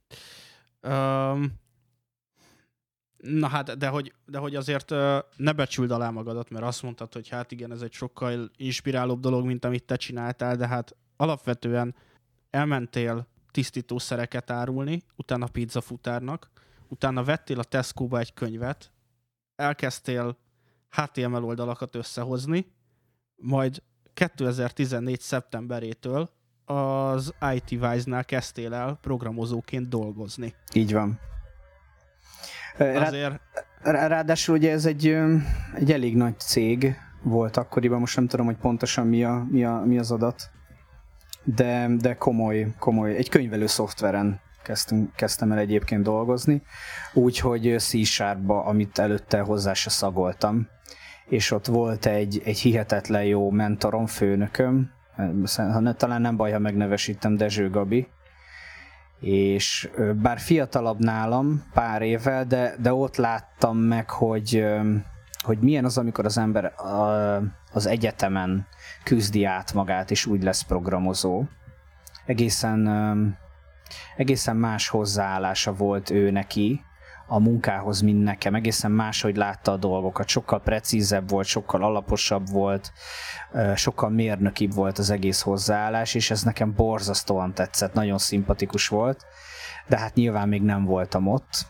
A: Na hát, de hogy azért ne becsüld alá magadat, mert azt mondtad, hogy hát igen, ez egy sokkal inspirálóbb dolog, mint amit te csináltál, de hát alapvetően elmentél tisztítószereket árulni, utána pizzafutárnak, utána vettél a Tesco-ba egy könyvet, elkezdtél HTML oldalakat összehozni, majd 2014. szeptemberétől az IT-Wise-nál kezdtél el programozóként dolgozni.
C: Így van. Ráadásul ugye ez egy elég nagy cég volt akkoriban, most nem tudom, hogy pontosan mi az adat, de komoly, egy könyvelő szoftveren kezdtem el egyébként dolgozni, úgyhogy C#-ba, amit előtte hozzá se szagoltam, és ott volt egy hihetetlen jó mentorom, főnököm, talán nem baj, ha megnevesítem, Dezső Gabi, és bár fiatalabb nálam pár évvel, de ott láttam meg, hogy milyen az, amikor az ember az egyetemen küzdi át magát, és úgy lesz programozó. Egészen más hozzáállása volt ő neki a munkához, mint nekem. Egészen máshogy látta a dolgokat. Sokkal precízebb volt, sokkal alaposabb volt, sokkal mérnökibb volt az egész hozzáállás, és ez nekem borzasztóan tetszett, nagyon szimpatikus volt, de hát nyilván még nem voltam ott.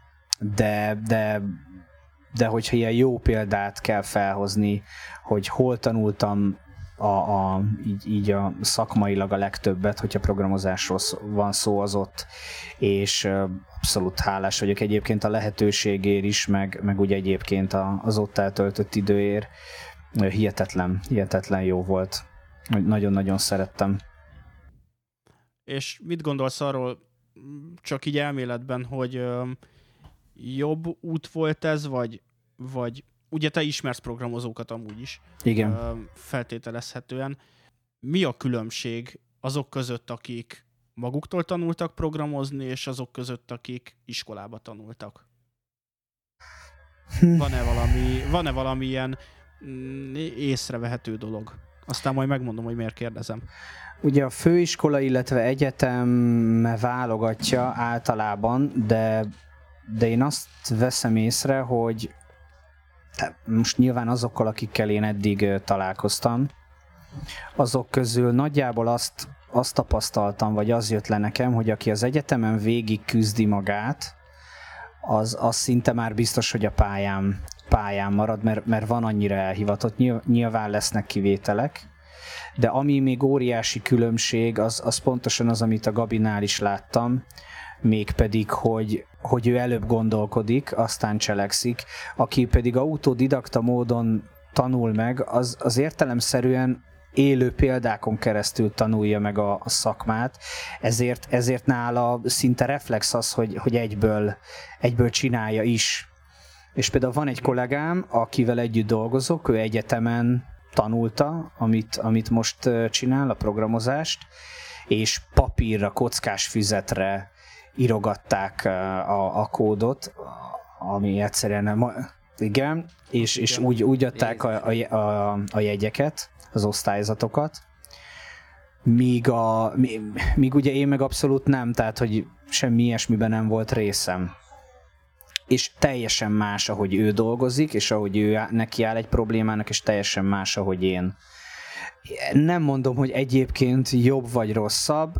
C: De hogyha ilyen jó példát kell felhozni, hogy hol tanultam így a szakmailag a legtöbbet, hogyha programozásról van szó, az ott, és abszolút hálás vagyok egyébként a lehetőségért is, meg ugye egyébként az ott eltöltött időért. Hihetetlen jó volt. Nagyon-nagyon szerettem.
A: És mit gondolsz arról, csak így elméletben, hogy jobb út volt ez, vagy ugye te ismersz programozókat amúgy is.
C: Igen.
A: Feltételezhetően. Mi a különbség azok között, akik maguktól tanultak programozni, és azok között, akik iskolába tanultak? Van-e valami ilyen észrevehető dolog? Aztán majd megmondom, hogy miért kérdezem.
C: Ugye a főiskola, illetve egyetem válogatja általában, de én azt veszem észre, hogy most nyilván azokkal, akikkel én eddig találkoztam, azok közül nagyjából azt tapasztaltam, vagy az jött le nekem, hogy aki az egyetemen végig küzdi magát, az szinte már biztos, hogy a pályán marad, mert van annyira elhivatott. Nyilván lesznek kivételek, de ami még óriási különbség, az pontosan az, amit a Gabinál is láttam, mégpedig, hogy ő előbb gondolkodik, aztán cselekszik, aki pedig autodidakta módon tanul meg, az értelemszerűen élő példákon keresztül tanulja meg a szakmát, ezért nála szinte reflex az, hogy egyből csinálja is. És például van egy kollégám, akivel együtt dolgozok, ő egyetemen tanulta, amit most csinál, a programozást, és papírra, kockás füzetre írogatták a kódot, ami egyszerűen igen, és úgy adták a jegyeket, az osztályzatokat, míg ugye én meg abszolút nem, tehát hogy semmi ilyesmiben nem volt részem. És teljesen más, ahogy ő dolgozik, és ahogy ő neki áll egy problémának, és teljesen más, ahogy én. Nem mondom, hogy egyébként jobb vagy rosszabb,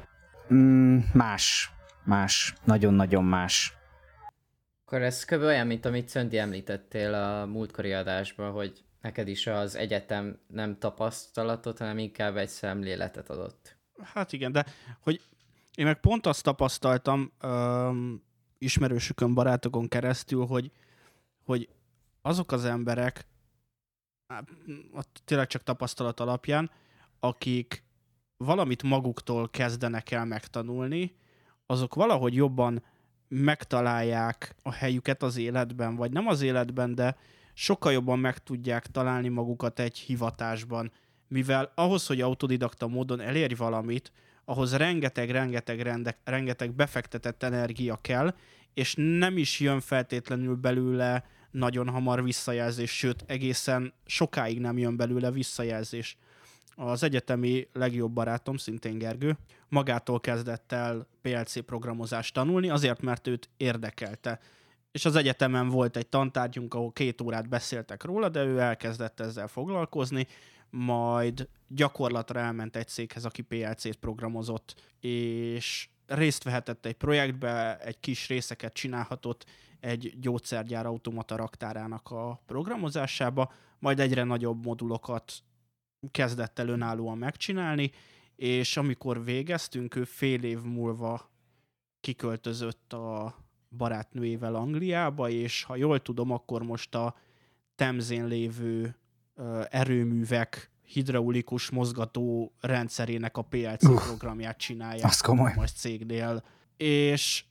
C: más, nagyon-nagyon más.
B: Akkor ez kb. Olyan, mint amit Szöndi említettél a múltkori adásban, hogy neked is az egyetem nem tapasztalatot, hanem inkább egy szemléletet adott.
A: Hát igen, de hogy én meg pont azt tapasztaltam ismerősökön, barátokon keresztül, hogy azok az emberek, tényleg csak tapasztalat alapján, akik valamit maguktól kezdenek el megtanulni, azok valahogy jobban megtalálják a helyüket az életben, vagy nem az életben, de sokkal jobban meg tudják találni magukat egy hivatásban, mivel ahhoz, hogy autodidakta módon elérj valamit, ahhoz rengeteg befektetett energia kell, és nem is jön feltétlenül belőle nagyon hamar visszajelzés, sőt, egészen sokáig nem jön belőle visszajelzés. Az egyetemi legjobb barátom, szintén Gergő, magától kezdett el PLC programozást tanulni, azért, mert őt érdekelte. És az egyetemen volt egy tantárgyunk, ahol 2 órát beszéltek róla, de ő elkezdett ezzel foglalkozni, majd gyakorlatra elment egy céghez, aki PLC-t programozott, és részt vehetett egy projektbe, egy kis részeket csinálhatott egy gyógyszergyár automata raktárának a programozásába, majd egyre nagyobb modulokat kezdett el önállóan megcsinálni, és amikor végeztünk, ő fél év múlva kiköltözött a barátnőjével Angliába, és ha jól tudom, akkor most a Temzén lévő erőművek hidraulikus mozgató rendszerének a PLC programját csinálja most cégnél. És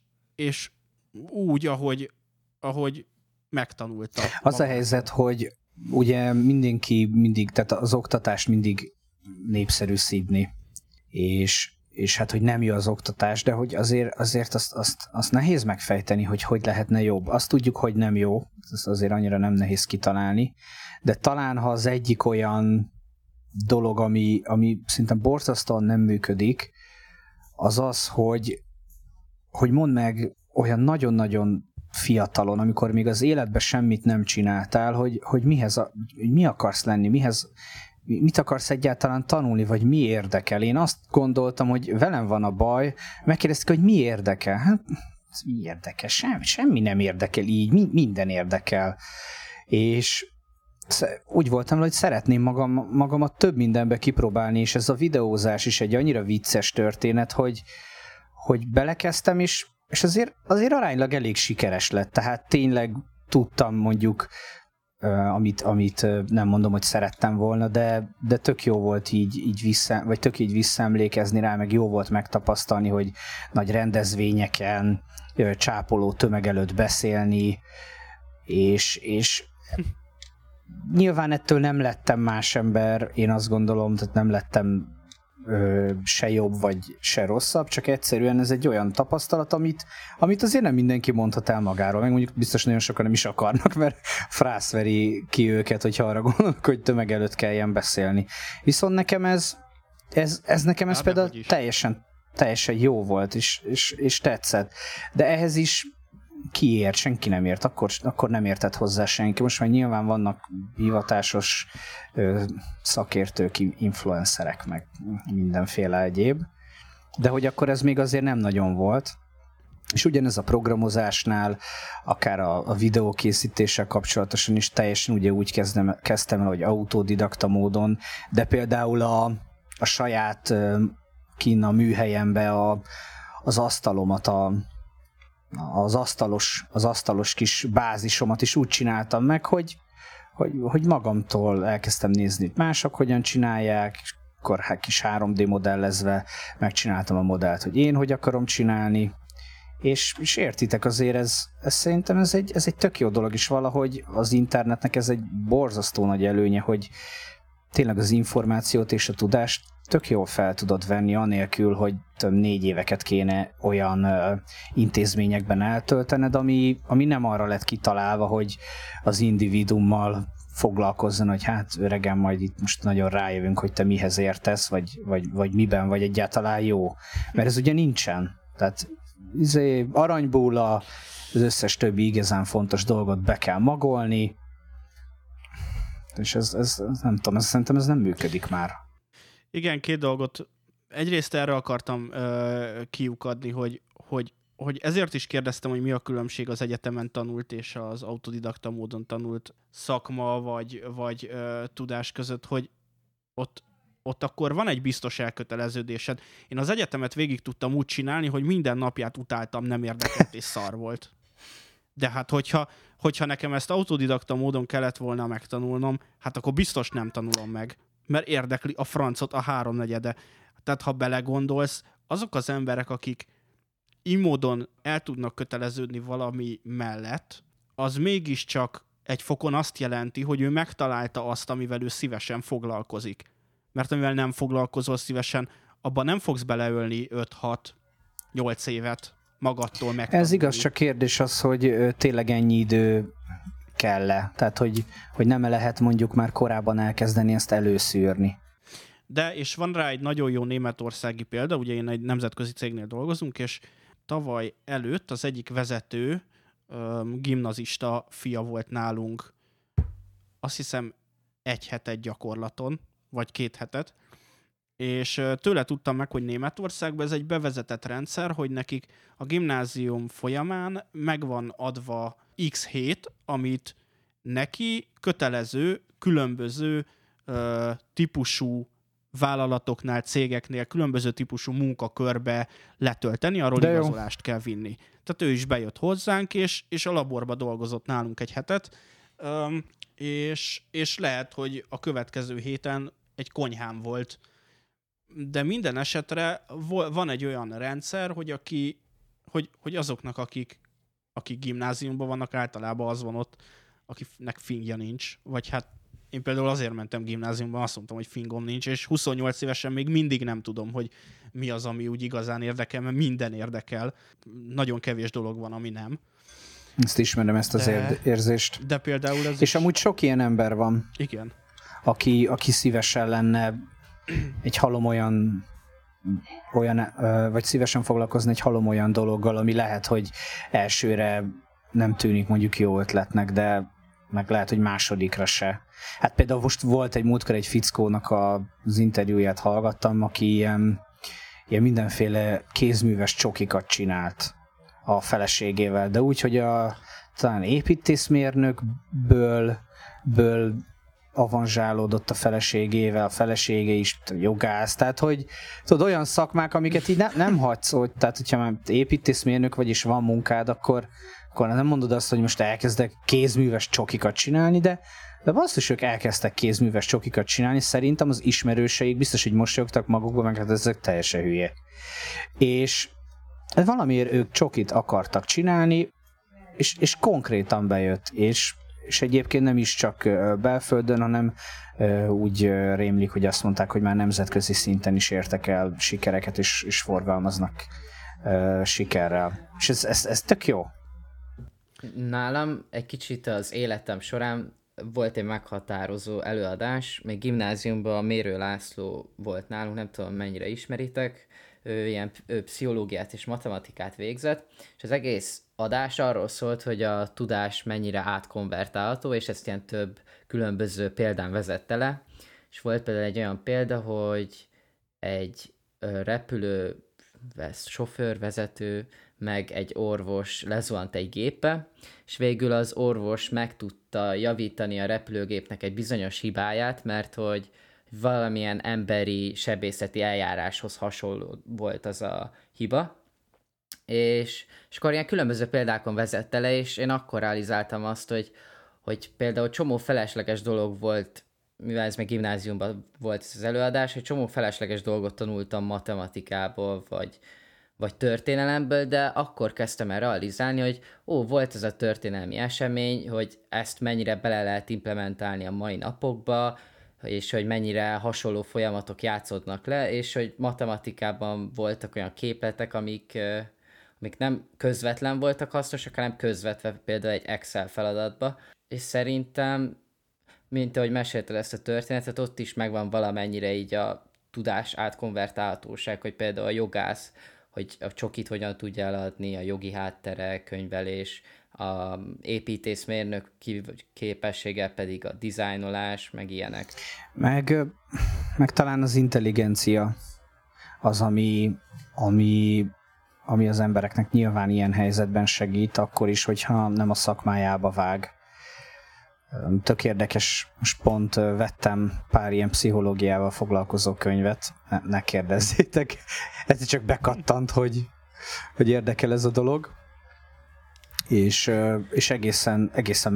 A: úgy, ahogy megtanulta.
C: Az a helyzet, hogy ugye mindenki mindig, tehát az oktatás mindig népszerű szídni, és hát, hogy nem jó az oktatás, de hogy azért azt nehéz megfejteni, hogy lehetne jobb. Azt tudjuk, hogy nem jó, azt azért annyira nem nehéz kitalálni, de talán, ha az egyik olyan dolog, ami szinte borzasztóan nem működik, az, hogy mondd meg olyan nagyon-nagyon fiatalon, amikor még az életben semmit nem csináltál, hogy mi akarsz lenni, mit akarsz egyáltalán tanulni, vagy mi érdekel. Én azt gondoltam, hogy velem van a baj, megkérdezték, hogy mi érdekel. Hát mi érdekel? Semmi nem érdekel így, minden érdekel. És úgy voltam, hogy szeretném magamat több mindenbe kipróbálni, és ez a videózás is egy annyira vicces történet, hogy belekezdtem, és azért aránylag elég sikeres lett. Tehát tényleg tudtam mondjuk, amit nem mondom, hogy szerettem volna, de tök jó volt tök így visszaemlékezni rá, meg jó volt megtapasztalni, hogy nagy rendezvényeken, csápoló tömeg előtt beszélni, és nyilván ettől nem lettem más ember, én azt gondolom, tehát nem lettem se jobb, vagy se rosszabb, csak egyszerűen ez egy olyan tapasztalat, amit azért nem mindenki mondhat el magáról, meg mondjuk biztos nagyon sokan nem is akarnak, mert frászveri ki őket, hogyha arra gondolnak, hogy tömeg előtt kelljen beszélni. Viszont nekem ez például teljesen jó volt, és tetszett. De ehhez is kiért, senki nem ért, akkor nem értett hozzá senki. Most már nyilván vannak hivatásos szakértők, influencerek, meg mindenféle egyéb, de hogy akkor ez még azért nem nagyon volt. És ugyanez a programozásnál, akár a videókészítéssel kapcsolatosan is teljesen ugye úgy kezdtem el, hogy autodidakta módon, de például a saját kinn a műhelyembe az asztalomat, az asztalos kis bázisomat is úgy csináltam meg, hogy magamtól elkezdtem nézni, hogy mások hogyan csinálják, és akkor kis 3D modellezve megcsináltam a modellt, hogy én hogy akarom csinálni, és értitek azért, ez szerintem ez egy tök jó dolog, és valahogy az internetnek ez egy borzasztó nagy előnye, hogy tényleg az információt és a tudást tök jól fel tudod venni, anélkül, hogy 4 éveket kéne olyan intézményekben eltöltened, ami nem arra lett kitalálva, hogy az individuummal foglalkozzon, hogy hát öregen, majd itt most nagyon rájövünk, hogy te mihez értesz, vagy miben vagy egyáltalán jó. Mert ez ugye nincsen. Tehát aranyból az összes többi igazán fontos dolgot be kell magolni, és ez nem tudom, szerintem ez nem működik már.
A: Igen, 2 dolgot. Egyrészt erre akartam kiukadni, hogy ezért is kérdeztem, hogy mi a különbség az egyetemen tanult és az autodidakta módon tanult szakma vagy tudás között, hogy ott akkor van egy biztos elköteleződésed. Én az egyetemet végig tudtam úgy csinálni, hogy minden napját utáltam, nem érdekelt és szar volt. De hát hogyha nekem ezt autodidakta módon kellett volna megtanulnom, hát akkor biztos nem tanulom meg, mert érdekli a francot a 3/4. Tehát ha belegondolsz, azok az emberek, akik így módon el tudnak köteleződni valami mellett, az mégiscsak egy fokon azt jelenti, hogy ő megtalálta azt, amivel ő szívesen foglalkozik. Mert amivel nem foglalkozol szívesen, abban nem fogsz beleölni 5-6-8 évet magadtól megtanulni.
C: Ez igaz, csak kérdés az, hogy tényleg ennyi idő kell-e. Tehát, hogy nem lehet mondjuk már korábban elkezdeni ezt előszűrni.
A: De, és van rá egy nagyon jó németországi példa, ugye én egy nemzetközi cégnél dolgozunk, és tavaly előtt az egyik vezető gimnazista fia volt nálunk, azt hiszem 1 hetet gyakorlaton, vagy 2 hetet, és tőle tudtam meg, hogy Németországban ez egy bevezetett rendszer, hogy nekik a gimnázium folyamán megvan adva X hét, amit neki kötelező, különböző típusú vállalatoknál, cégeknél különböző típusú munkakörbe letölteni, arról igazolást kell vinni. Tehát ő is bejött hozzánk, és a laborba dolgozott nálunk 1 hetet, és lehet, hogy a következő héten egy konyhán volt. De minden esetre van egy olyan rendszer, hogy azoknak, akik gimnáziumban vannak, általában az van ott, akinek fingja nincs. Vagy hát én például azért mentem gimnáziumban, azt mondtam, hogy fingom nincs, és 28 évesen még mindig nem tudom, hogy mi az, ami úgy igazán érdekel, mert minden érdekel. Nagyon kevés dolog van, ami nem.
C: Ezt ismerem, ezt az érzést.
A: De például ez
C: és amúgy sok ilyen ember van.
A: Igen.
C: Aki szívesen lenne egy halom olyan vagy szívesen foglalkozni egy halom olyan dologgal, ami lehet, hogy elsőre nem tűnik mondjuk jó ötletnek, de meg lehet, hogy másodikra se. Hát például most volt egy múltkor egy fickónak az interjúját hallgattam, aki ilyen mindenféle kézműves csokikat csinált a feleségével, de úgy, hogy talán építészmérnökből avanzsálódott a feleségével, a felesége is jogász, tehát hogy tudod, olyan szakmák, amiket így nem hagysz, hogy, tehát hogyha már építészmérnök vagy és van munkád, akkor nem mondod azt, hogy most elkezdek kézműves csokikat csinálni, de basszus, ők elkezdtek kézműves csokikat csinálni, szerintem az ismerőseik biztos, hogy mosolyogtak magukba, meg hát ezek teljesen hülyék. És valamiért ők csokit akartak csinálni, és konkrétan bejött, és egyébként nem is csak belföldön, hanem úgy rémlik, hogy azt mondták, hogy már nemzetközi szinten is értek el sikereket, és forgalmaznak sikerrel. És ez tök jó.
B: Nálam egy kicsit az életem során volt egy meghatározó előadás, még gimnáziumban a Mérő László volt nálunk, nem tudom mennyire ismeritek, ő ilyen pszichológiát és matematikát végzett, és az egész adás arról szólt, hogy a tudás mennyire átkonvertálható, és ezt ilyen több különböző példán vezette le, és volt például egy olyan példa, hogy egy repülő sofőrvezető meg egy orvos lezuhant egy gépbe, és végül az orvos meg tudta javítani a repülőgépnek egy bizonyos hibáját, mert hogy valamilyen emberi sebészeti eljáráshoz hasonló volt az a hiba, és akkor ilyen különböző példákon vezette le, és én akkor realizáltam azt, hogy például csomó felesleges dolog volt, mivel ez meg gimnáziumban volt az előadás, hogy csomó felesleges dolgot tanultam matematikából, vagy vagy történelemből, de akkor kezdtem el realizálni, hogy volt ez a történelmi esemény, hogy ezt mennyire bele lehet implementálni a mai napokba, és hogy mennyire hasonló folyamatok játszódnak le, és hogy matematikában voltak olyan képletek, amik nem közvetlen voltak hasznosak, hanem közvetve például egy Excel feladatba, és szerintem, mint ahogy mesélted ezt a történetet, ott is megvan valamennyire így a tudás átkonvertálhatóság, hogy például a jogász, hogy a csokit hogyan tudja eladni, a jogi háttere, könyvelés, a építészmérnök képessége pedig a dizájnolás, meg ilyenek.
C: Meg talán az intelligencia az, ami az embereknek nyilván ilyen helyzetben segít, akkor is, hogyha nem a szakmájába vág. Tök érdekes, most pont vettem pár ilyen pszichológiával foglalkozó könyvet, ne kérdezzétek, ez csak bekattant, hogy érdekel ez a dolog, és egészen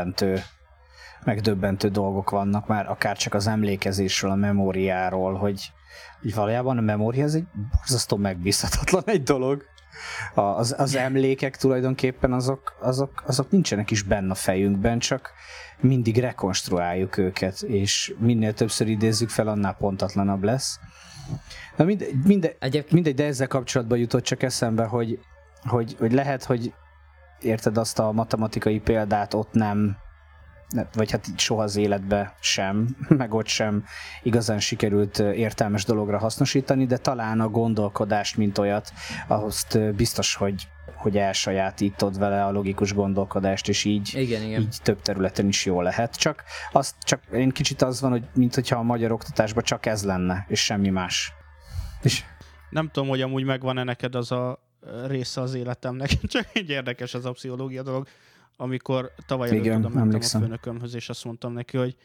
C: megdöbbentő dolgok vannak már, akár csak az emlékezésről, a memóriáról, hogy valójában a memória ez egy borzasztó megbízhatatlan egy dolog. Az emlékek tulajdonképpen azok nincsenek is benne a fejünkben, csak mindig rekonstruáljuk őket, és minél többször idézzük fel, annál pontatlanabb lesz. Na mindegy, de ezzel kapcsolatban jutott csak eszembe, hogy lehet, hogy érted azt a matematikai példát ott nem, vagy hát soha az életbe sem, meg ott sem igazán sikerült értelmes dologra hasznosítani, de talán a gondolkodást, mint olyat, ahhoz biztos, hogy elsajátítod vele a logikus gondolkodást, és így több területen is jó lehet. Csak én kicsit az van, hogy mintha a magyar oktatásban csak ez lenne, és semmi más. És
A: nem tudom, hogy amúgy megvan-e neked az a része az életemnek, csak egy érdekes az a pszichológia dolog, amikor tavaly előtt oda mentem a főnökömhöz, és azt mondtam neki, hogy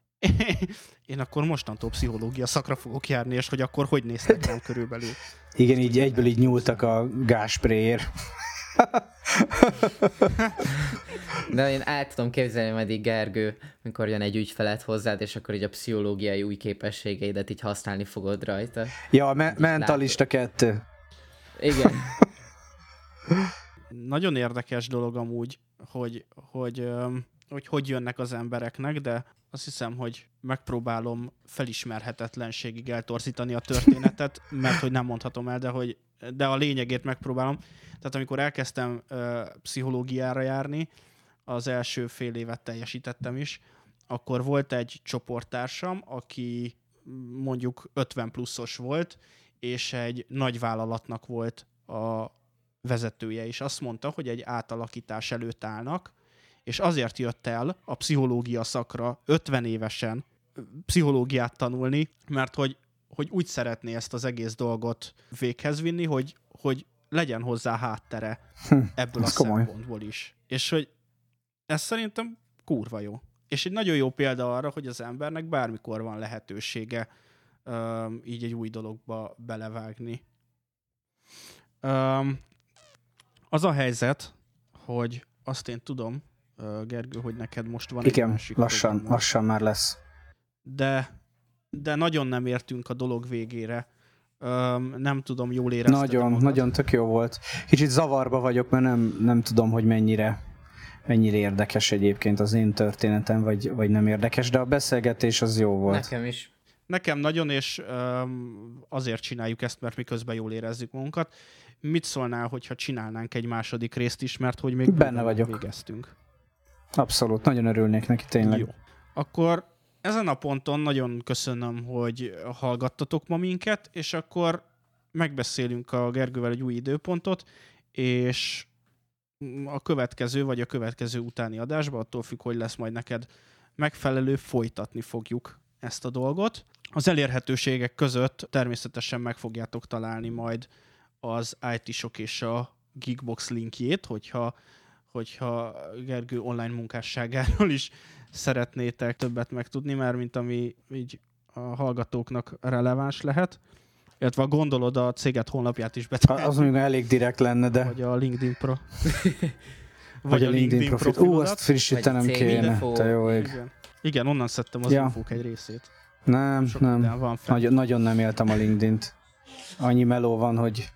A: én akkor mostantól pszichológia szakra fogok járni, és hogy akkor hogy néztek rám körülbelül.
C: Igen, így egyből így nyúltak a gázspréért.
B: De én el tudom képzelni majd így, Gergő, mikor jön egy ügyfelet hozzád, és akkor így a pszichológiai új képességeidet így használni fogod rajta.
C: Ja, mentalista 2.
B: Igen.
A: Nagyon érdekes dolog amúgy, hogy jönnek az embereknek, de azt hiszem, hogy megpróbálom felismerhetetlenségig eltorzítani a történetet, mert hogy nem mondhatom el, de a lényegét megpróbálom. Tehát amikor elkezdtem pszichológiára járni, az első fél évet teljesítettem is, akkor volt egy csoporttársam, aki mondjuk 50 pluszos volt, és egy nagy vállalatnak volt a vezetője, és azt mondta, hogy egy átalakítás előtt állnak, és azért jött el a pszichológia szakra 50 évesen pszichológiát tanulni, mert hogy úgy szeretné ezt az egész dolgot véghez vinni, hogy legyen hozzá háttere ebből a szempontból is. És hogy ez szerintem kurva jó. És egy nagyon jó példa arra, hogy az embernek bármikor van lehetősége így egy új dologba belevágni. Az a helyzet, hogy azt én tudom, Gergő, hogy neked most van egy másik
C: lassan már lesz.
A: De nagyon nem értünk a dolog végére. Nem tudom, jól érezted
C: Nagyon tök jó volt. Kicsit zavarba vagyok, mert nem tudom, hogy mennyire érdekes egyébként az én történetem, vagy nem érdekes, de a beszélgetés az jó volt.
B: Nekem is.
A: Nekem nagyon, és azért csináljuk ezt, mert mi közben jól érezzük magunkat. Mit szólnál, hogyha csinálnánk egy második részt is, mert hogy még
C: benne vagyok.
A: Végeztünk.
C: Abszolút, nagyon örülnék neki, tényleg.
A: Jó. Akkor ezen a ponton nagyon köszönöm, hogy hallgattatok ma minket, és akkor megbeszélünk a Gergővel egy új időpontot, és a következő vagy a következő utáni adásban, attól függ, hogy lesz majd neked megfelelő, folytatni fogjuk ezt a dolgot. Az elérhetőségek között természetesen meg fogjátok találni majd az IT-sok és a Geekbox linkjét, hogyha Gergő online munkásságáról is szeretnétek többet megtudni, már mint ami így a hallgatóknak releváns lehet. Illetve gondolod a céget honlapját is betalálni.
C: Az mondjuk elég direkt lenne, de...
A: Vagy a LinkedIn Pro.
C: vagy a LinkedIn profilodat. Azt frissítenem kéne. Te jó ég.
A: Igen, onnan szedtem az infók egy részét.
C: Nem. Nagyon nem éltem a LinkedIn-t. Annyi meló van, hogy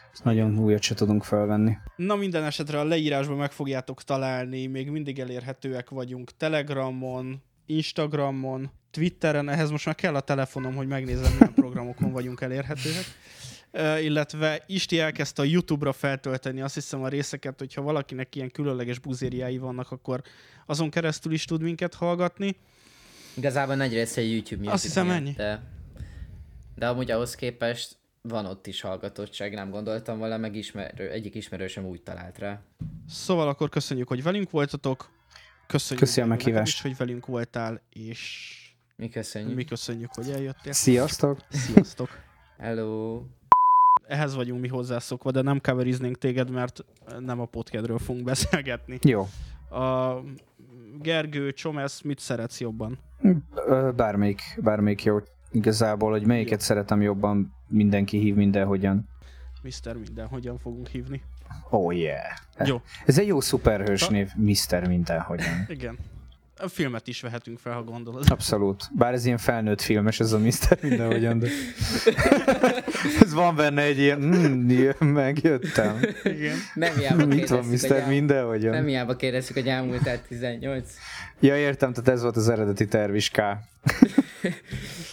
C: nagyon újat se tudunk felvenni.
A: Na minden esetre a leírásban meg fogjátok találni, még mindig elérhetőek vagyunk Telegramon, Instagramon, Twitteren, ehhez most már kell a telefonom, hogy megnézem, milyen programokon vagyunk elérhetőek. Illetve Isti elkezdte a YouTube-ra feltölteni, azt hiszem a részeket, hogyha valakinek ilyen különleges buzériái vannak, akkor azon keresztül is tud minket hallgatni.
B: Igazából nagy része YouTube Music.
A: Azt hiszem ennyi.
B: De amúgy ahhoz képest van ott is hallgatottság, nem gondoltam volna, meg egyik ismerősöm úgy talált rá.
A: Szóval akkor köszönjük, hogy velünk voltatok.
C: Köszönjük a meghívást,
A: hogy velünk voltál, és
B: mi
A: köszönjük, hogy eljöttél.
C: Sziasztok!
A: Sziasztok!
B: Hello!
A: Ehhez vagyunk mi hozzászokva, de nem coveriznénk téged, mert nem a podcastről fogunk beszélgetni.
C: Jó.
A: A Gergő, Csomesz, mit szeretsz jobban?
C: Bármelyik jó. Igazából, hogy melyiket szeretem jobban, mindenki hív mindenhogyan.
A: Mr. Mindenhogyan fogunk hívni.
C: Oh yeah.
A: Jó.
C: Ez egy jó szuperhős név, Mr. Mindenhogyan.
A: Igen. A filmet is vehetünk fel, ha gondolod.
C: Abszolút. Bár ez ilyen felnőtt filmes, ez a Mr. Mindenhogyan, de... ez van benne egy ilyen, megjöttem.
A: Igen.
B: Nem hiába
C: mit van Mr. Mindenhogyan?
B: Nem hiába kérdezzük, hogy elmúltál 18.
C: Ja, értem, tehát ez volt az eredeti terv is, K.